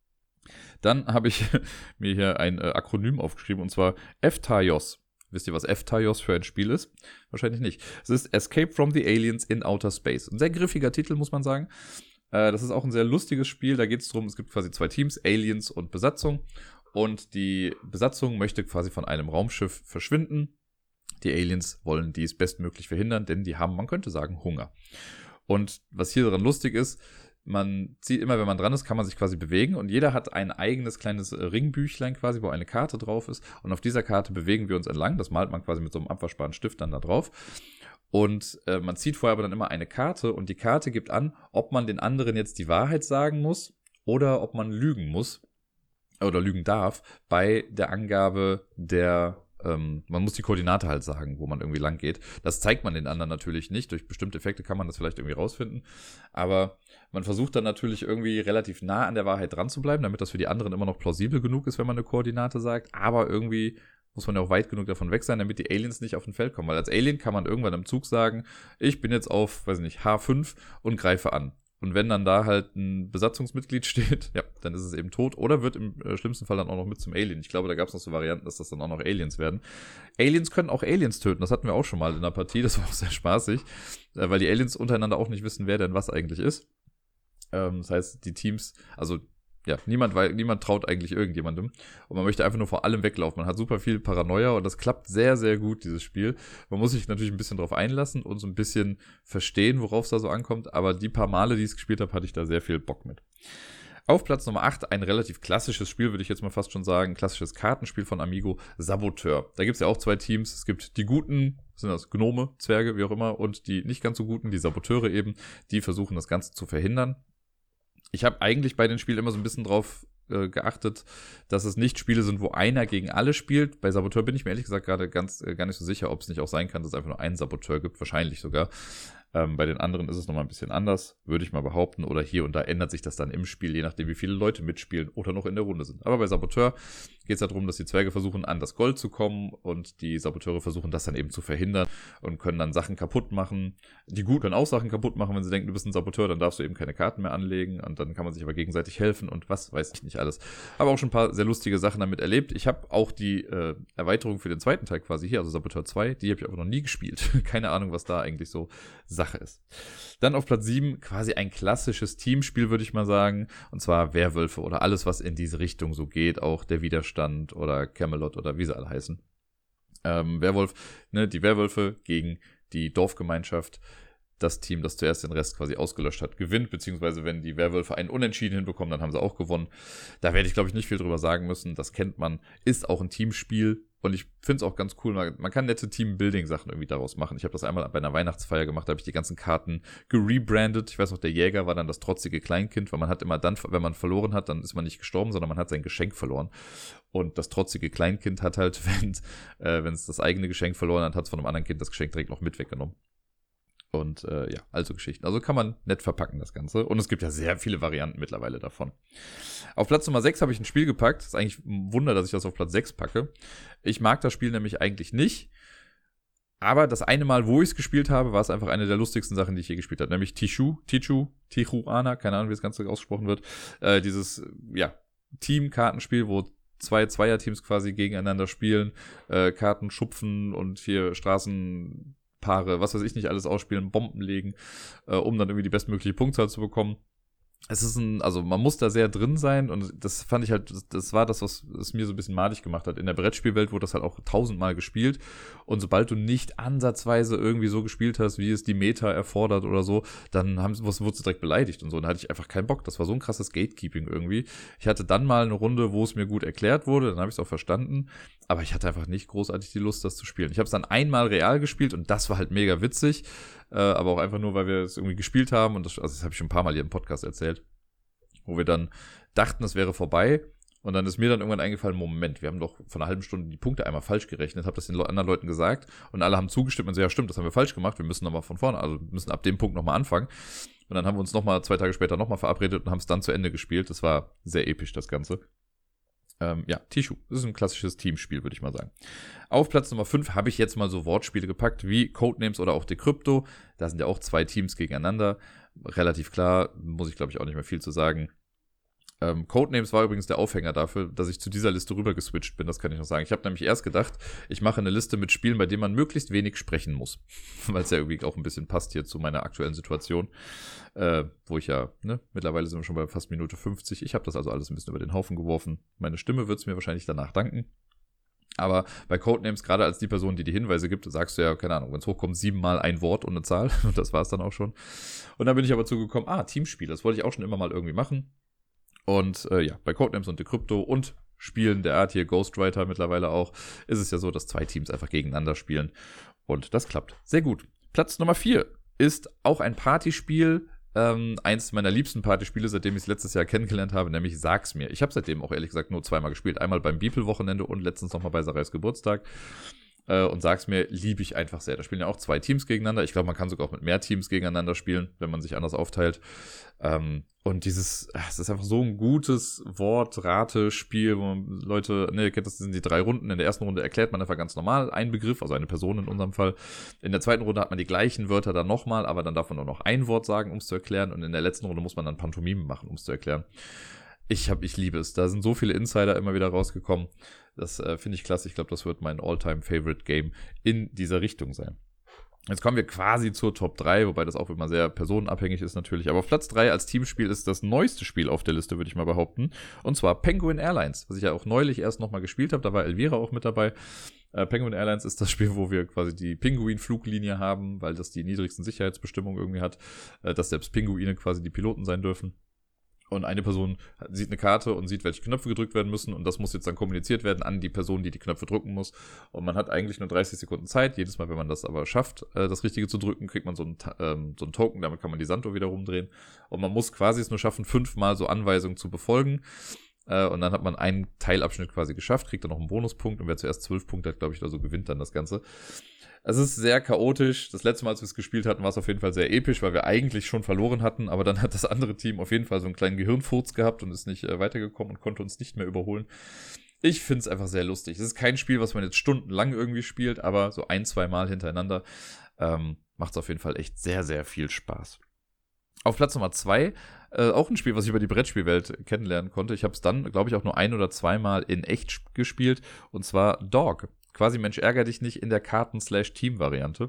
Dann habe ich mir hier ein äh, Akronym aufgeschrieben, und zwar F T A I O S. Wisst ihr, was F T A I O S für ein Spiel ist? Wahrscheinlich nicht. Es ist Escape from the Aliens in Outer Space. Ein sehr griffiger Titel, muss man sagen. Äh, das ist auch ein sehr lustiges Spiel. Da geht es darum, es gibt quasi zwei Teams, Aliens und Besatzung. Und die Besatzung möchte quasi von einem Raumschiff verschwinden. Die Aliens wollen dies bestmöglich verhindern, denn die haben, man könnte sagen, Hunger. Und was hier daran lustig ist, man zieht immer, wenn man dran ist, kann man sich quasi bewegen und jeder hat ein eigenes kleines Ringbüchlein quasi, wo eine Karte drauf ist und auf dieser Karte bewegen wir uns entlang. Das malt man quasi mit so einem abwaschbaren Stift dann da drauf. Und äh, man zieht vorher aber dann immer eine Karte und die Karte gibt an, ob man den anderen jetzt die Wahrheit sagen muss oder ob man lügen muss oder lügen darf bei der Angabe der, ähm, man muss die Koordinate halt sagen, wo man irgendwie lang geht. Das zeigt man den anderen natürlich nicht. Durch bestimmte Effekte kann man das vielleicht irgendwie rausfinden. Aber man versucht dann natürlich irgendwie relativ nah an der Wahrheit dran zu bleiben, damit das für die anderen immer noch plausibel genug ist, wenn man eine Koordinate sagt. Aber irgendwie muss man ja auch weit genug davon weg sein, damit die Aliens nicht auf ein Feld kommen. Weil als Alien kann man irgendwann im Zug sagen, ich bin jetzt auf, weiß nicht, H fünf und greife an. und wenn dann da halt ein Besatzungsmitglied steht, ja, dann ist es eben tot oder wird im äh, schlimmsten Fall dann auch noch mit zum Alien. Ich glaube, da gab es noch so Varianten, dass das dann auch noch Aliens werden. Aliens können auch Aliens töten, das hatten wir auch schon mal in der Partie, das war auch sehr spaßig, äh, weil die Aliens untereinander auch nicht wissen, wer denn was eigentlich ist. Ähm, das heißt, die Teams, also ja, niemand, weil, niemand traut eigentlich irgendjemandem und man möchte einfach nur vor allem weglaufen. Man hat super viel Paranoia und das klappt sehr, sehr gut, dieses Spiel. Man muss sich natürlich ein bisschen drauf einlassen und so ein bisschen verstehen, worauf es da so ankommt, aber die paar Male, die ich es gespielt habe, hatte ich da sehr viel Bock mit. Auf Platz Nummer acht, ein relativ klassisches Spiel, würde ich jetzt mal fast schon sagen, klassisches Kartenspiel von Amigo, Saboteur. Da gibt es ja auch zwei Teams, es gibt die guten, sind das Gnome, Zwerge, wie auch immer, und die nicht ganz so guten, die Saboteure eben, die versuchen das Ganze zu verhindern. Ich habe eigentlich bei den Spielen immer so ein bisschen drauf äh, geachtet, dass es nicht Spiele sind, wo einer gegen alle spielt. Bei Saboteur bin ich mir ehrlich gesagt gerade ganz äh, gar nicht so sicher, ob es nicht auch sein kann, dass es einfach nur einen Saboteur gibt. Wahrscheinlich sogar. Ähm, bei den anderen ist es nochmal ein bisschen anders, würde ich mal behaupten. Oder hier und da ändert sich das dann im Spiel, je nachdem, wie viele Leute mitspielen oder noch in der Runde sind. Aber bei Saboteur geht es ja darum, dass die Zwerge versuchen, an das Gold zu kommen und die Saboteure versuchen, das dann eben zu verhindern und können dann Sachen kaputt machen. Die Guten können auch Sachen kaputt machen, wenn sie denken, du bist ein Saboteur, dann darfst du eben keine Karten mehr anlegen und dann kann man sich aber gegenseitig helfen und was weiß ich nicht alles. Aber auch schon ein paar sehr lustige Sachen damit erlebt. Ich habe auch die äh, Erweiterung für den zweiten Teil quasi hier, also Saboteur zwei, die habe ich aber noch nie gespielt. Keine Ahnung, was da eigentlich so Sache ist. Dann auf Platz sieben quasi ein klassisches Teamspiel, würde ich mal sagen, und zwar Werwölfe oder alles, was in diese Richtung so geht, auch der Widerstand oder Camelot oder wie sie alle heißen. Ähm, Werwolf, ne, die Werwölfe gegen die Dorfgemeinschaft. Das Team, das zuerst den Rest quasi ausgelöscht hat, gewinnt, beziehungsweise wenn die Werwölfe einen Unentschieden hinbekommen, dann haben sie auch gewonnen. Da werde ich, glaube ich, nicht viel drüber sagen müssen. Das kennt man, ist auch ein Teamspiel und ich finde es auch ganz cool. Man, man kann nette Team-Building-Sachen irgendwie daraus machen. Ich habe das einmal bei einer Weihnachtsfeier gemacht, da habe ich die ganzen Karten gerebrandet. Ich weiß noch, der Jäger war dann das trotzige Kleinkind, weil man hat immer dann, wenn man verloren hat, dann ist man nicht gestorben, sondern man hat sein Geschenk verloren. Und das trotzige Kleinkind hat halt, wenn äh, wenn es das eigene Geschenk verloren hat, hat es von einem anderen Kind das Geschenk direkt noch mit weggenommen. Und äh, ja, also Geschichten. Also kann man nett verpacken, das Ganze. Und es gibt ja sehr viele Varianten mittlerweile davon. Auf Platz Nummer sechs habe ich ein Spiel gepackt. Das ist eigentlich ein Wunder, dass ich das auf Platz sechs packe. Ich mag das Spiel nämlich eigentlich nicht. Aber das eine Mal, wo ich es gespielt habe, war es einfach eine der lustigsten Sachen, die ich je gespielt habe. Nämlich Tichu, Tichu, Tijuana, keine Ahnung, wie das Ganze ausgesprochen wird. Äh, dieses, ja, Team-Kartenspiel, wo zwei Zweierteams quasi gegeneinander spielen, äh, Karten schupfen und hier Straßen... Paare, was weiß ich nicht, alles ausspielen, Bomben legen, äh, um dann irgendwie die bestmögliche Punktzahl zu bekommen. Es ist ein, also man muss da sehr drin sein und das fand ich halt, das, das war das, was es mir so ein bisschen madig gemacht hat. In der Brettspielwelt wurde das halt auch tausendmal gespielt und sobald du nicht ansatzweise irgendwie so gespielt hast, wie es die Meta erfordert oder so, dann haben, wurdest du direkt beleidigt und so. Und da hatte ich einfach keinen Bock. Das war so ein krasses Gatekeeping irgendwie. Ich hatte dann mal eine Runde, wo es mir gut erklärt wurde, dann habe ich es auch verstanden, aber ich hatte einfach nicht großartig die Lust, das zu spielen. Ich habe es dann einmal real gespielt und das war halt mega witzig, äh, aber auch einfach nur, weil wir es irgendwie gespielt haben und das, also das habe ich schon ein paar Mal hier im Podcast erzählt, wo wir dann dachten, es wäre vorbei und dann ist mir dann irgendwann eingefallen, Moment, wir haben doch vor einer halben Stunde die Punkte einmal falsch gerechnet, habe das den anderen Leuten gesagt und alle haben zugestimmt und so, ja stimmt, das haben wir falsch gemacht, wir müssen nochmal von vorne, also wir müssen ab dem Punkt nochmal anfangen und dann haben wir uns nochmal zwei Tage später nochmal verabredet und haben es dann zu Ende gespielt. Das war sehr episch, das Ganze. Ähm, ja, Tichu, das ist ein klassisches Teamspiel, würde ich mal sagen. Auf Platz Nummer fünf habe ich jetzt mal so Wortspiele gepackt, wie Codenames oder auch Decrypto. Da sind ja auch zwei Teams gegeneinander. Relativ klar, muss ich glaube ich auch nicht mehr viel zu sagen. Ähm, Codenames war übrigens der Aufhänger dafür, dass ich zu dieser Liste rüber geswitcht bin, das kann ich noch sagen. Ich habe nämlich erst gedacht, ich mache eine Liste mit Spielen, bei denen man möglichst wenig sprechen muss. Weil es ja irgendwie auch ein bisschen passt hier zu meiner aktuellen Situation. Äh, wo ich ja, ne, mittlerweile sind wir schon bei fast Minute fünfzig. Ich habe das also alles ein bisschen über den Haufen geworfen. Meine Stimme wird es mir wahrscheinlich danach danken. Aber bei Codenames, gerade als die Person, die die Hinweise gibt, sagst du ja, keine Ahnung, wenn es hochkommt, siebenmal ein Wort und eine Zahl. Und das war es dann auch schon. Und dann bin ich aber zugekommen, ah, Teamspiel, das wollte ich auch schon immer mal irgendwie machen. Und äh, ja, bei Codenames und Decrypto und Spielen der Art hier, Ghostwriter mittlerweile auch, ist es ja so, dass zwei Teams einfach gegeneinander spielen. Und das klappt sehr gut. Platz Nummer vier ist auch ein Partyspiel, ähm, eins meiner liebsten Partyspiele, seitdem ich es letztes Jahr kennengelernt habe, nämlich Sag's mir. Ich habe seitdem auch ehrlich gesagt nur zweimal gespielt. Einmal beim Beeple-Wochenende und letztens nochmal bei Sarais Geburtstag. äh, und sag's mir, liebe ich einfach sehr. Da spielen ja auch zwei Teams gegeneinander. Ich glaube, man kann sogar auch mit mehr Teams gegeneinander spielen, wenn man sich anders aufteilt. Ähm, und dieses, es ist einfach so ein gutes Wort-Rate-Spiel, wo man Leute, ne, ihr kennt das, das sind die drei Runden. In der ersten Runde erklärt man einfach ganz normal einen Begriff, also eine Person in unserem Fall. In der zweiten Runde hat man die gleichen Wörter dann nochmal, aber dann darf man nur noch ein Wort sagen, um es zu erklären. Und in der letzten Runde muss man dann Pantomimen machen, um es zu erklären. Ich hab, ich liebe es. Da sind so viele Insider immer wieder rausgekommen. Das äh, finde ich klasse. Ich glaube, das wird mein All-Time-Favorite-Game in dieser Richtung sein. Jetzt kommen wir quasi zur Top drei, wobei das auch immer sehr personenabhängig ist natürlich. Aber auf Platz drei als Teamspiel ist das neueste Spiel auf der Liste, würde ich mal behaupten. Und zwar Penguin Airlines, was ich ja auch neulich erst nochmal gespielt habe. Da war Elvira auch mit dabei. Äh, Penguin Airlines ist das Spiel, wo wir quasi die Pinguin-Fluglinie haben, weil das die niedrigsten Sicherheitsbestimmungen irgendwie hat, äh, dass selbst Pinguine quasi die Piloten sein dürfen. Und eine Person sieht eine Karte und sieht, welche Knöpfe gedrückt werden müssen. Und das muss jetzt dann kommuniziert werden an die Person, die die Knöpfe drücken muss. Und man hat eigentlich nur dreißig Sekunden Zeit. Jedes Mal, wenn man das aber schafft, das Richtige zu drücken, kriegt man so einen, ähm, so einen Token. Damit kann man die Sanduhr wieder rumdrehen. Und man muss quasi es nur schaffen, fünfmal so Anweisungen zu befolgen. Und dann hat man einen Teilabschnitt quasi geschafft, kriegt dann noch einen Bonuspunkt. Und wer zuerst zwölf Punkte hat, glaube ich, oder so, gewinnt dann das Ganze. Es ist sehr chaotisch. Das letzte Mal, als wir es gespielt hatten, war es auf jeden Fall sehr episch, weil wir eigentlich schon verloren hatten, aber dann hat das andere Team auf jeden Fall so einen kleinen Gehirnfurz gehabt und ist nicht äh, weitergekommen und konnte uns nicht mehr überholen. Ich finde es einfach sehr lustig. Es ist kein Spiel, was man jetzt stundenlang irgendwie spielt, aber so ein, zwei Mal hintereinander ähm, macht es auf jeden Fall echt sehr, sehr viel Spaß. Auf Platz Nummer zwei, äh, auch ein Spiel, was ich über die Brettspielwelt kennenlernen konnte. Ich habe es dann, glaube ich, auch nur ein oder zweimal in echt gespielt, und zwar Dog. Quasi Mensch ärger dich nicht in der Karten-Slash-Team-Variante.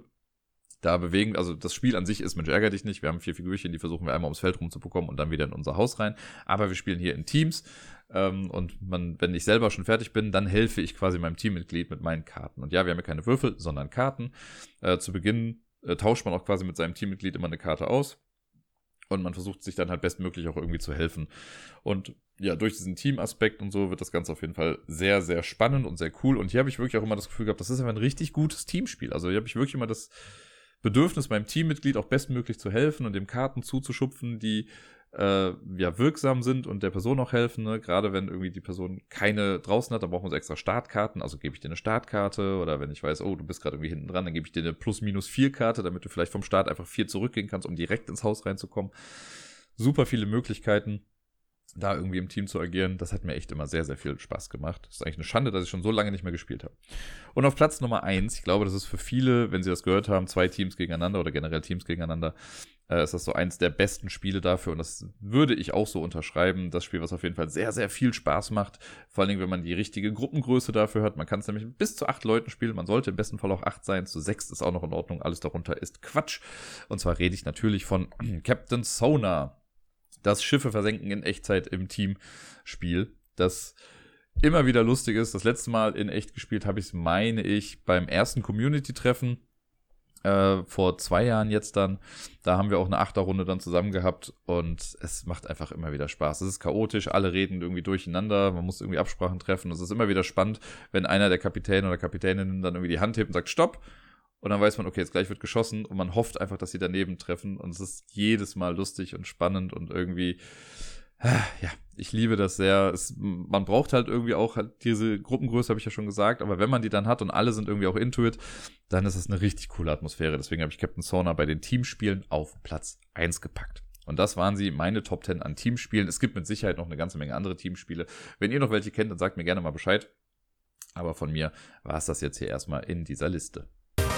Da bewegen, also das Spiel an sich ist Mensch ärger dich nicht. Wir haben vier Figürchen, die versuchen wir einmal ums Feld rumzubekommen und dann wieder in unser Haus rein. Aber wir spielen hier in Teams. Ähm, und man, wenn ich selber schon fertig bin, dann helfe ich quasi meinem Teammitglied mit meinen Karten. Und ja, wir haben ja keine Würfel, sondern Karten. Äh, zu Beginn äh, tauscht man auch quasi mit seinem Teammitglied immer eine Karte aus. Und man versucht sich dann halt bestmöglich auch irgendwie zu helfen. Und ja, durch diesen Teamaspekt und so wird das Ganze auf jeden Fall sehr, sehr spannend und sehr cool. Und hier habe ich wirklich auch immer das Gefühl gehabt, das ist einfach ein richtig gutes Teamspiel. Also hier habe ich wirklich immer das Bedürfnis, meinem Teammitglied auch bestmöglich zu helfen und dem Karten zuzuschupfen, die äh, ja wirksam sind und der Person auch helfen. Ne? Gerade wenn irgendwie die Person keine draußen hat, dann brauchen wir so extra Startkarten. Also gebe ich dir eine Startkarte, oder wenn ich weiß, oh, du bist gerade irgendwie hinten dran, dann gebe ich dir eine Plus-Minus-vier-Karte, damit du vielleicht vom Start einfach vier zurückgehen kannst, um direkt ins Haus reinzukommen. Super viele Möglichkeiten, da irgendwie im Team zu agieren. Das hat mir echt immer sehr, sehr viel Spaß gemacht. Das ist eigentlich eine Schande, dass ich schon so lange nicht mehr gespielt habe. Und auf Platz Nummer eins, ich glaube, das ist für viele, wenn sie das gehört haben, zwei Teams gegeneinander oder generell Teams gegeneinander, äh, ist das so eins der besten Spiele dafür. Und das würde ich auch so unterschreiben. Das Spiel, was auf jeden Fall sehr, sehr viel Spaß macht. Vor allen Dingen, wenn man die richtige Gruppengröße dafür hat. Man kann es nämlich bis zu acht Leuten spielen. Man sollte im besten Fall auch acht sein. Zu sechs ist auch noch in Ordnung. Alles darunter ist Quatsch. Und zwar rede ich natürlich von Captain Sonar. Das Schiffe versenken in Echtzeit im Teamspiel, das immer wieder lustig ist. Das letzte Mal in echt gespielt habe ich es, meine ich, beim ersten Community-Treffen äh, vor zwei Jahren jetzt dann. Da haben wir auch eine Achterrunde dann zusammen gehabt und es macht einfach immer wieder Spaß. Es ist chaotisch, alle reden irgendwie durcheinander, man muss irgendwie Absprachen treffen. Es ist immer wieder spannend, wenn einer der Kapitäne oder Kapitäninnen dann irgendwie die Hand hebt und sagt Stopp. Und dann weiß man, okay, jetzt gleich wird geschossen und man hofft einfach, dass sie daneben treffen. Und es ist jedes Mal lustig und spannend und irgendwie, ja, ich liebe das sehr. Es, man braucht halt irgendwie auch halt diese Gruppengröße, habe ich ja schon gesagt. Aber wenn man die dann hat und alle sind irgendwie auch into it, dann ist das eine richtig coole Atmosphäre. Deswegen habe ich Captain Sonar bei den Teamspielen auf Platz eins gepackt. Und das waren sie, meine Top zehn an Teamspielen. Es gibt mit Sicherheit noch eine ganze Menge andere Teamspiele. Wenn ihr noch welche kennt, dann sagt mir gerne mal Bescheid. Aber von mir war es das jetzt hier erstmal in dieser Liste.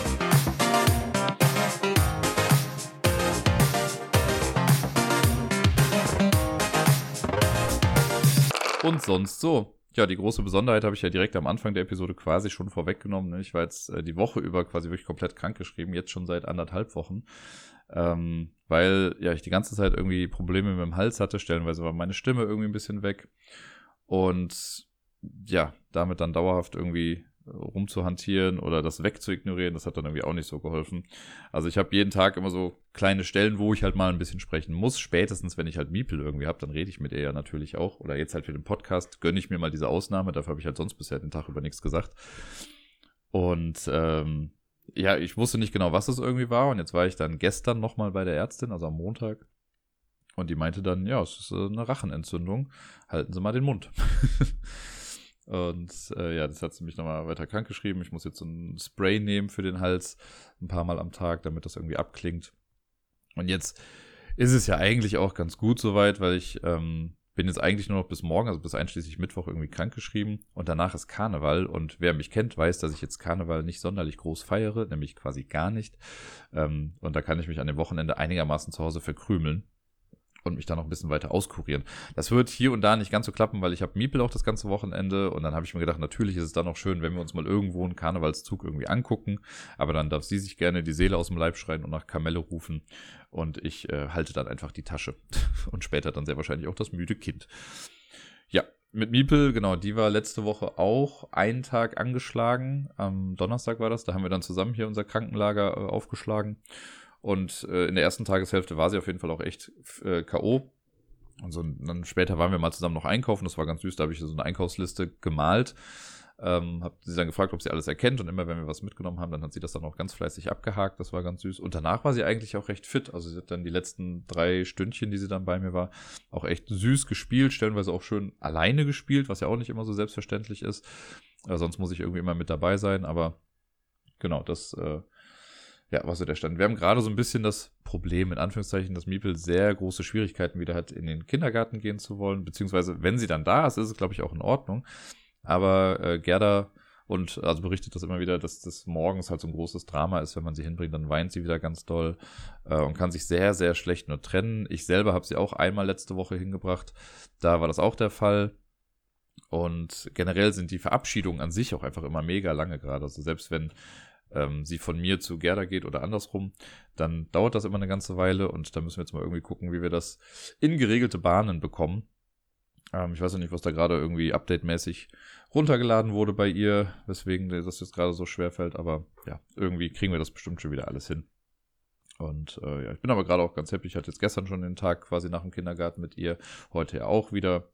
Und sonst so. Ja, die große Besonderheit habe ich ja direkt am Anfang der Episode quasi schon vorweggenommen. Ich war jetzt äh, die Woche über quasi wirklich komplett krankgeschrieben, jetzt schon seit anderthalb Wochen. Ähm, weil ja ich die ganze Zeit irgendwie Probleme mit dem Hals hatte. Stellenweise war meine Stimme irgendwie ein bisschen weg. Und ja, damit dann dauerhaft irgendwie rumzuhantieren oder das wegzuignorieren, das hat dann irgendwie auch nicht so geholfen. Also ich habe jeden Tag immer so kleine Stellen, wo ich halt mal ein bisschen sprechen muss. Spätestens, wenn ich halt Miepel irgendwie habe, dann rede ich mit ihr ja natürlich auch. Oder jetzt halt für den Podcast gönne ich mir mal diese Ausnahme. Dafür habe ich halt sonst bisher den Tag über nichts gesagt. Und ähm, ja, ich wusste nicht genau, was es irgendwie war. Und jetzt war ich dann gestern nochmal bei der Ärztin, also am Montag. Und die meinte dann, ja, es ist eine Rachenentzündung. Halten Sie mal den Mund. Und äh, ja, das hat sie mich nochmal weiter krank geschrieben. Ich muss jetzt so ein Spray nehmen für den Hals, ein paar Mal am Tag, damit das irgendwie abklingt. Und jetzt ist es ja eigentlich auch ganz gut soweit, weil ich ähm, bin jetzt eigentlich nur noch bis morgen, also bis einschließlich Mittwoch irgendwie krankgeschrieben. Und danach ist Karneval. Und wer mich kennt, weiß, dass ich jetzt Karneval nicht sonderlich groß feiere, nämlich quasi gar nicht. Ähm, und da kann ich mich an dem Wochenende einigermaßen zu Hause verkrümeln und mich da noch ein bisschen weiter auskurieren. Das wird hier und da nicht ganz so klappen, weil ich habe Miepel auch das ganze Wochenende und dann habe ich mir gedacht, natürlich ist es dann auch schön, wenn wir uns mal irgendwo einen Karnevalszug irgendwie angucken, aber dann darf sie sich gerne die Seele aus dem Leib schreien und nach Kamelle rufen und ich äh, halte dann einfach die Tasche und später dann sehr wahrscheinlich auch das müde Kind. Ja, mit Miepel, genau, die war letzte Woche auch einen Tag angeschlagen, am Donnerstag war das, da haben wir dann zusammen hier unser Krankenlager äh, aufgeschlagen. Und äh, in der ersten Tageshälfte war sie auf jeden Fall auch echt äh, K O. Und so, dann später waren wir mal zusammen noch einkaufen. Das war ganz süß. Da habe ich so eine Einkaufsliste gemalt. Ähm, habe sie dann gefragt, ob sie alles erkennt. Und immer, wenn wir was mitgenommen haben, dann hat sie das dann auch ganz fleißig abgehakt. Das war ganz süß. Und danach war sie eigentlich auch recht fit. Also sie hat dann die letzten drei Stündchen, die sie dann bei mir war, auch echt süß gespielt. Stellenweise auch schön alleine gespielt, was ja auch nicht immer so selbstverständlich ist. Äh, sonst muss ich irgendwie immer mit dabei sein. Aber genau, das... Äh, Ja, was so der Stand. Wir haben gerade so ein bisschen das Problem, in Anführungszeichen, dass Miepel sehr große Schwierigkeiten wieder hat, in den Kindergarten gehen zu wollen. Beziehungsweise, wenn sie dann da ist, ist es, glaube ich, auch in Ordnung. Aber äh, Gerda und also berichtet das immer wieder, dass das morgens halt so ein großes Drama ist. Wenn man sie hinbringt, dann weint sie wieder ganz doll äh, und kann sich sehr, sehr schlecht nur trennen. Ich selber habe sie auch einmal letzte Woche hingebracht. Da war das auch der Fall. Und generell sind die Verabschiedungen an sich auch einfach immer mega lange gerade. Also selbst wenn ähm, sie von mir zu Gerda geht oder andersrum, dann dauert das immer eine ganze Weile und da müssen wir jetzt mal irgendwie gucken, wie wir das in geregelte Bahnen bekommen. Ähm, ich weiß ja nicht, was da gerade irgendwie update-mäßig runtergeladen wurde bei ihr, weswegen das jetzt gerade so schwer fällt, aber ja, irgendwie kriegen wir das bestimmt schon wieder alles hin. Und äh, ja, ich bin aber gerade auch ganz happy. Ich hatte jetzt gestern schon den Tag quasi nach dem Kindergarten mit ihr, heute ja auch wieder.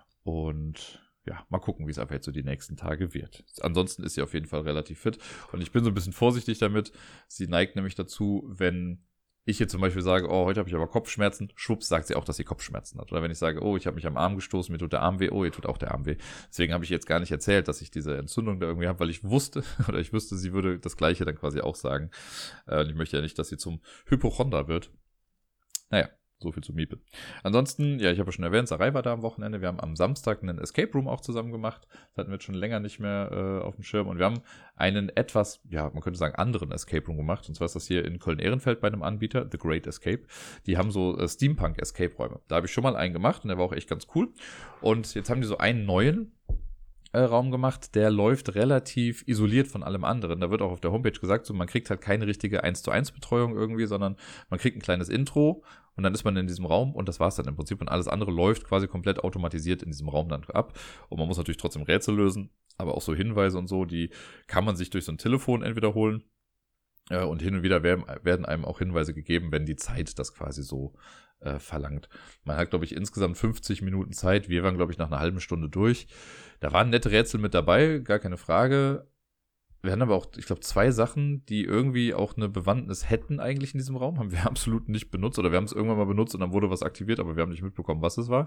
Und ja, mal gucken, wie es einfach jetzt so die nächsten Tage wird. Ansonsten ist sie auf jeden Fall relativ fit. Und ich bin so ein bisschen vorsichtig damit. Sie neigt nämlich dazu, wenn ich jetzt zum Beispiel sage, oh, heute habe ich aber Kopfschmerzen, schwupps, sagt sie auch, dass sie Kopfschmerzen hat. Oder wenn ich sage, oh, ich habe mich am Arm gestoßen, mir tut der Arm weh, oh, ihr tut auch der Arm weh. Deswegen habe ich jetzt gar nicht erzählt, dass ich diese Entzündung da irgendwie habe, weil ich wusste, oder ich wüsste, sie würde das Gleiche dann quasi auch sagen. Und ich möchte ja nicht, dass sie zum Hypochonder wird. Naja. So viel zu Miepel. Ansonsten, ja, ich habe ja schon erwähnt, Sarai war da am Wochenende. Wir haben am Samstag einen Escape Room auch zusammen gemacht. Das hatten wir jetzt schon länger nicht mehr äh, auf dem Schirm. Und wir haben einen etwas, ja, man könnte sagen, anderen Escape Room gemacht. Und zwar ist das hier in Köln-Ehrenfeld bei einem Anbieter, The Great Escape. Die haben so äh, Steampunk-Escape-Räume. Da habe ich schon mal einen gemacht und der war auch echt ganz cool. Und jetzt haben die so einen neuen Äh, Raum gemacht, der läuft relativ isoliert von allem anderen. Da wird auch auf der Homepage gesagt, so man kriegt halt keine richtige eins zu eins Betreuung irgendwie, sondern man kriegt ein kleines Intro und dann ist man in diesem Raum und das war's dann im Prinzip und alles andere läuft quasi komplett automatisiert in diesem Raum dann ab und man muss natürlich trotzdem Rätsel lösen, aber auch so Hinweise und so, die kann man sich durch so ein Telefon entweder holen äh, und hin und wieder werden, werden einem auch Hinweise gegeben, wenn die Zeit das quasi so äh, verlangt. Man hat, glaube ich, insgesamt fünfzig Minuten Zeit. Wir waren, glaube ich, nach einer halben Stunde durch. Da waren nette Rätsel mit dabei, gar keine Frage. Wir hatten aber auch, ich glaube, zwei Sachen, die irgendwie auch eine Bewandtnis hätten eigentlich in diesem Raum, haben wir absolut nicht benutzt oder wir haben es irgendwann mal benutzt und dann wurde was aktiviert, aber wir haben nicht mitbekommen, was es war.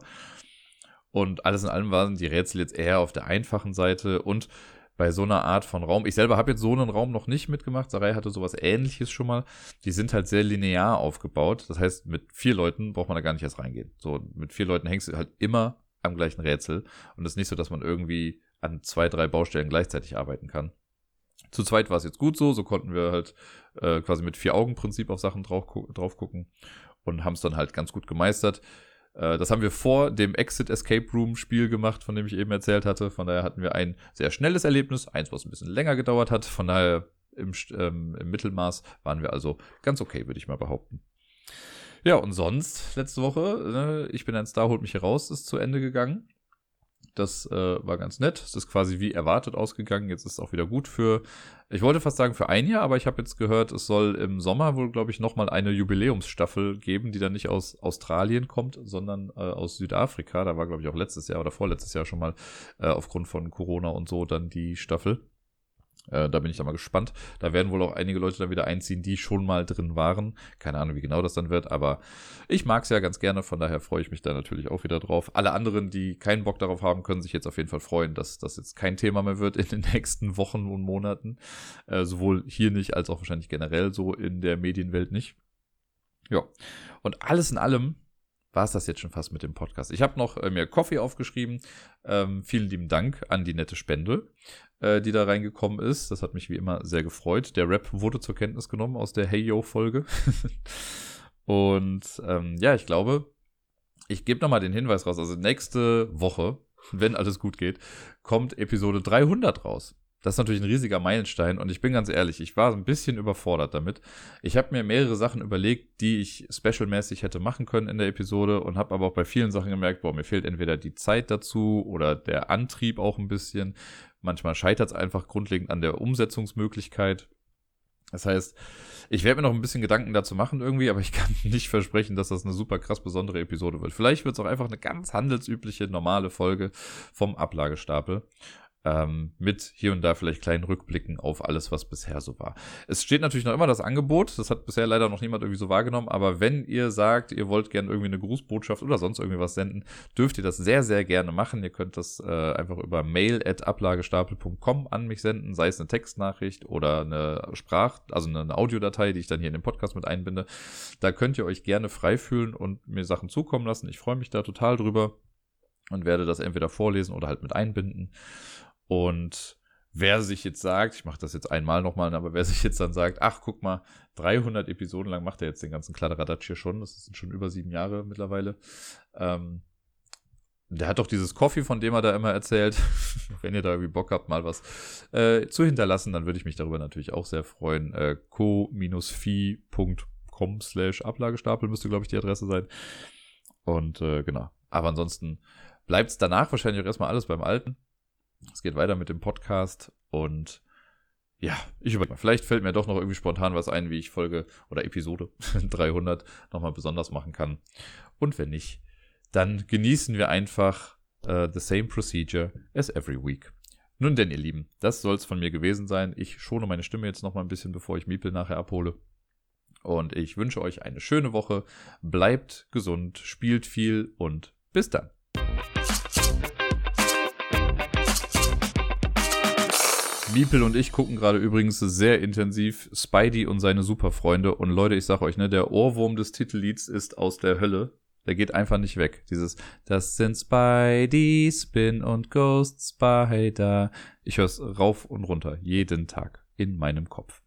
Und alles in allem waren die Rätsel jetzt eher auf der einfachen Seite und bei so einer Art von Raum. Ich selber habe jetzt so einen Raum noch nicht mitgemacht. Sarai hatte sowas Ähnliches schon mal. Die sind halt sehr linear aufgebaut. Das heißt, mit vier Leuten braucht man da gar nicht erst reingehen. So, mit vier Leuten hängst du halt immer am gleichen Rätsel. Und es ist nicht so, dass man irgendwie an zwei, drei Baustellen gleichzeitig arbeiten kann. Zu zweit war es jetzt gut so. So konnten wir halt äh, quasi mit Vier-Augen-Prinzip auf Sachen drauf, drauf gucken und haben es dann halt ganz gut gemeistert. Das haben wir vor dem Exit Escape Room Spiel gemacht, von dem ich eben erzählt hatte. Von daher hatten wir ein sehr schnelles Erlebnis, eins, was ein bisschen länger gedauert hat. Von daher im, ähm, im Mittelmaß waren wir also ganz okay, würde ich mal behaupten. Ja, und sonst, letzte Woche, äh, ich bin ein Star, holt mich hier raus, ist zu Ende gegangen. Das äh, war ganz nett. Es ist quasi wie erwartet ausgegangen. Jetzt ist es auch wieder gut für, ich wollte fast sagen für ein Jahr, aber ich habe jetzt gehört, es soll im Sommer wohl, glaube ich, nochmal eine Jubiläumsstaffel geben, die dann nicht aus Australien kommt, sondern äh, aus Südafrika. Da war, glaube ich, auch letztes Jahr oder vorletztes Jahr schon mal äh, aufgrund von Corona und so dann die Staffel. Äh, da bin ich dann mal gespannt. Da werden wohl auch einige Leute dann wieder einziehen, die schon mal drin waren. Keine Ahnung, wie genau das dann wird, aber ich mag es ja ganz gerne, von daher freue ich mich da natürlich auch wieder drauf. Alle anderen, die keinen Bock darauf haben, können sich jetzt auf jeden Fall freuen, dass das jetzt kein Thema mehr wird in den nächsten Wochen und Monaten. Äh, sowohl hier nicht, als auch wahrscheinlich generell so in der Medienwelt nicht. Ja, und alles in allem war es das jetzt schon fast mit dem Podcast. Ich habe noch äh, mir Coffee aufgeschrieben. Ähm, vielen lieben Dank an die nette Spende, äh, die da reingekommen ist. Das hat mich wie immer sehr gefreut. Der Rap wurde zur Kenntnis genommen aus der Hey Yo-Folge. Und ähm, ja, ich glaube, ich gebe nochmal den Hinweis raus. Also nächste Woche, wenn alles gut geht, kommt Episode dreihundert raus. Das ist natürlich ein riesiger Meilenstein und ich bin ganz ehrlich, ich war ein bisschen überfordert damit. Ich habe mir mehrere Sachen überlegt, die ich specialmäßig hätte machen können in der Episode und habe aber auch bei vielen Sachen gemerkt, boah, mir fehlt entweder die Zeit dazu oder der Antrieb auch ein bisschen. Manchmal scheitert es einfach grundlegend an der Umsetzungsmöglichkeit. Das heißt, ich werde mir noch ein bisschen Gedanken dazu machen irgendwie, aber ich kann nicht versprechen, dass das eine super krass besondere Episode wird. Vielleicht wird es auch einfach eine ganz handelsübliche, normale Folge vom Ablagestapel. Ähm, mit hier und da vielleicht kleinen Rückblicken auf alles, was bisher so war. Es steht natürlich noch immer das Angebot, das hat bisher leider noch niemand irgendwie so wahrgenommen, aber wenn ihr sagt, ihr wollt gerne irgendwie eine Grußbotschaft oder sonst irgendwie was senden, dürft ihr das sehr, sehr gerne machen. Ihr könnt das äh, einfach über mail at ablagestapel punkt com an mich senden, sei es eine Textnachricht oder eine Sprach-, also eine Audiodatei, die ich dann hier in den Podcast mit einbinde. Da könnt ihr euch gerne frei fühlen und mir Sachen zukommen lassen. Ich freue mich da total drüber und werde das entweder vorlesen oder halt mit einbinden. Und wer sich jetzt sagt, ich mache das jetzt einmal nochmal, aber wer sich jetzt dann sagt, ach, guck mal, dreihundert Episoden lang macht er jetzt den ganzen Kladderadatsch hier schon, das sind schon über sieben Jahre mittlerweile, ähm, der hat doch dieses Coffee, von dem er da immer erzählt, wenn ihr da irgendwie Bock habt, mal was äh, zu hinterlassen, dann würde ich mich darüber natürlich auch sehr freuen, äh, co-fi punkt com slash Ablagestapel müsste, glaube ich, die Adresse sein und äh, genau, aber ansonsten bleibt es danach wahrscheinlich auch erstmal alles beim Alten. Es geht weiter mit dem Podcast und ja, ich überlege mal, vielleicht fällt mir doch noch irgendwie spontan was ein, wie ich Folge oder Episode dreihundert nochmal besonders machen kann. Und wenn nicht, dann genießen wir einfach uh, the same procedure as every week. Nun denn, ihr Lieben, das soll es von mir gewesen sein. Ich schone meine Stimme jetzt nochmal ein bisschen, bevor ich Miepel nachher abhole. Und ich wünsche euch eine schöne Woche. Bleibt gesund, spielt viel und bis dann. Miepel und ich gucken gerade übrigens sehr intensiv Spidey und seine Superfreunde. Und Leute, ich sag euch, ne, der Ohrwurm des Titellieds ist aus der Hölle. Der geht einfach nicht weg. Dieses, das sind Spidey, Spin und Ghost Spider. Ich höre es rauf und runter, jeden Tag in meinem Kopf.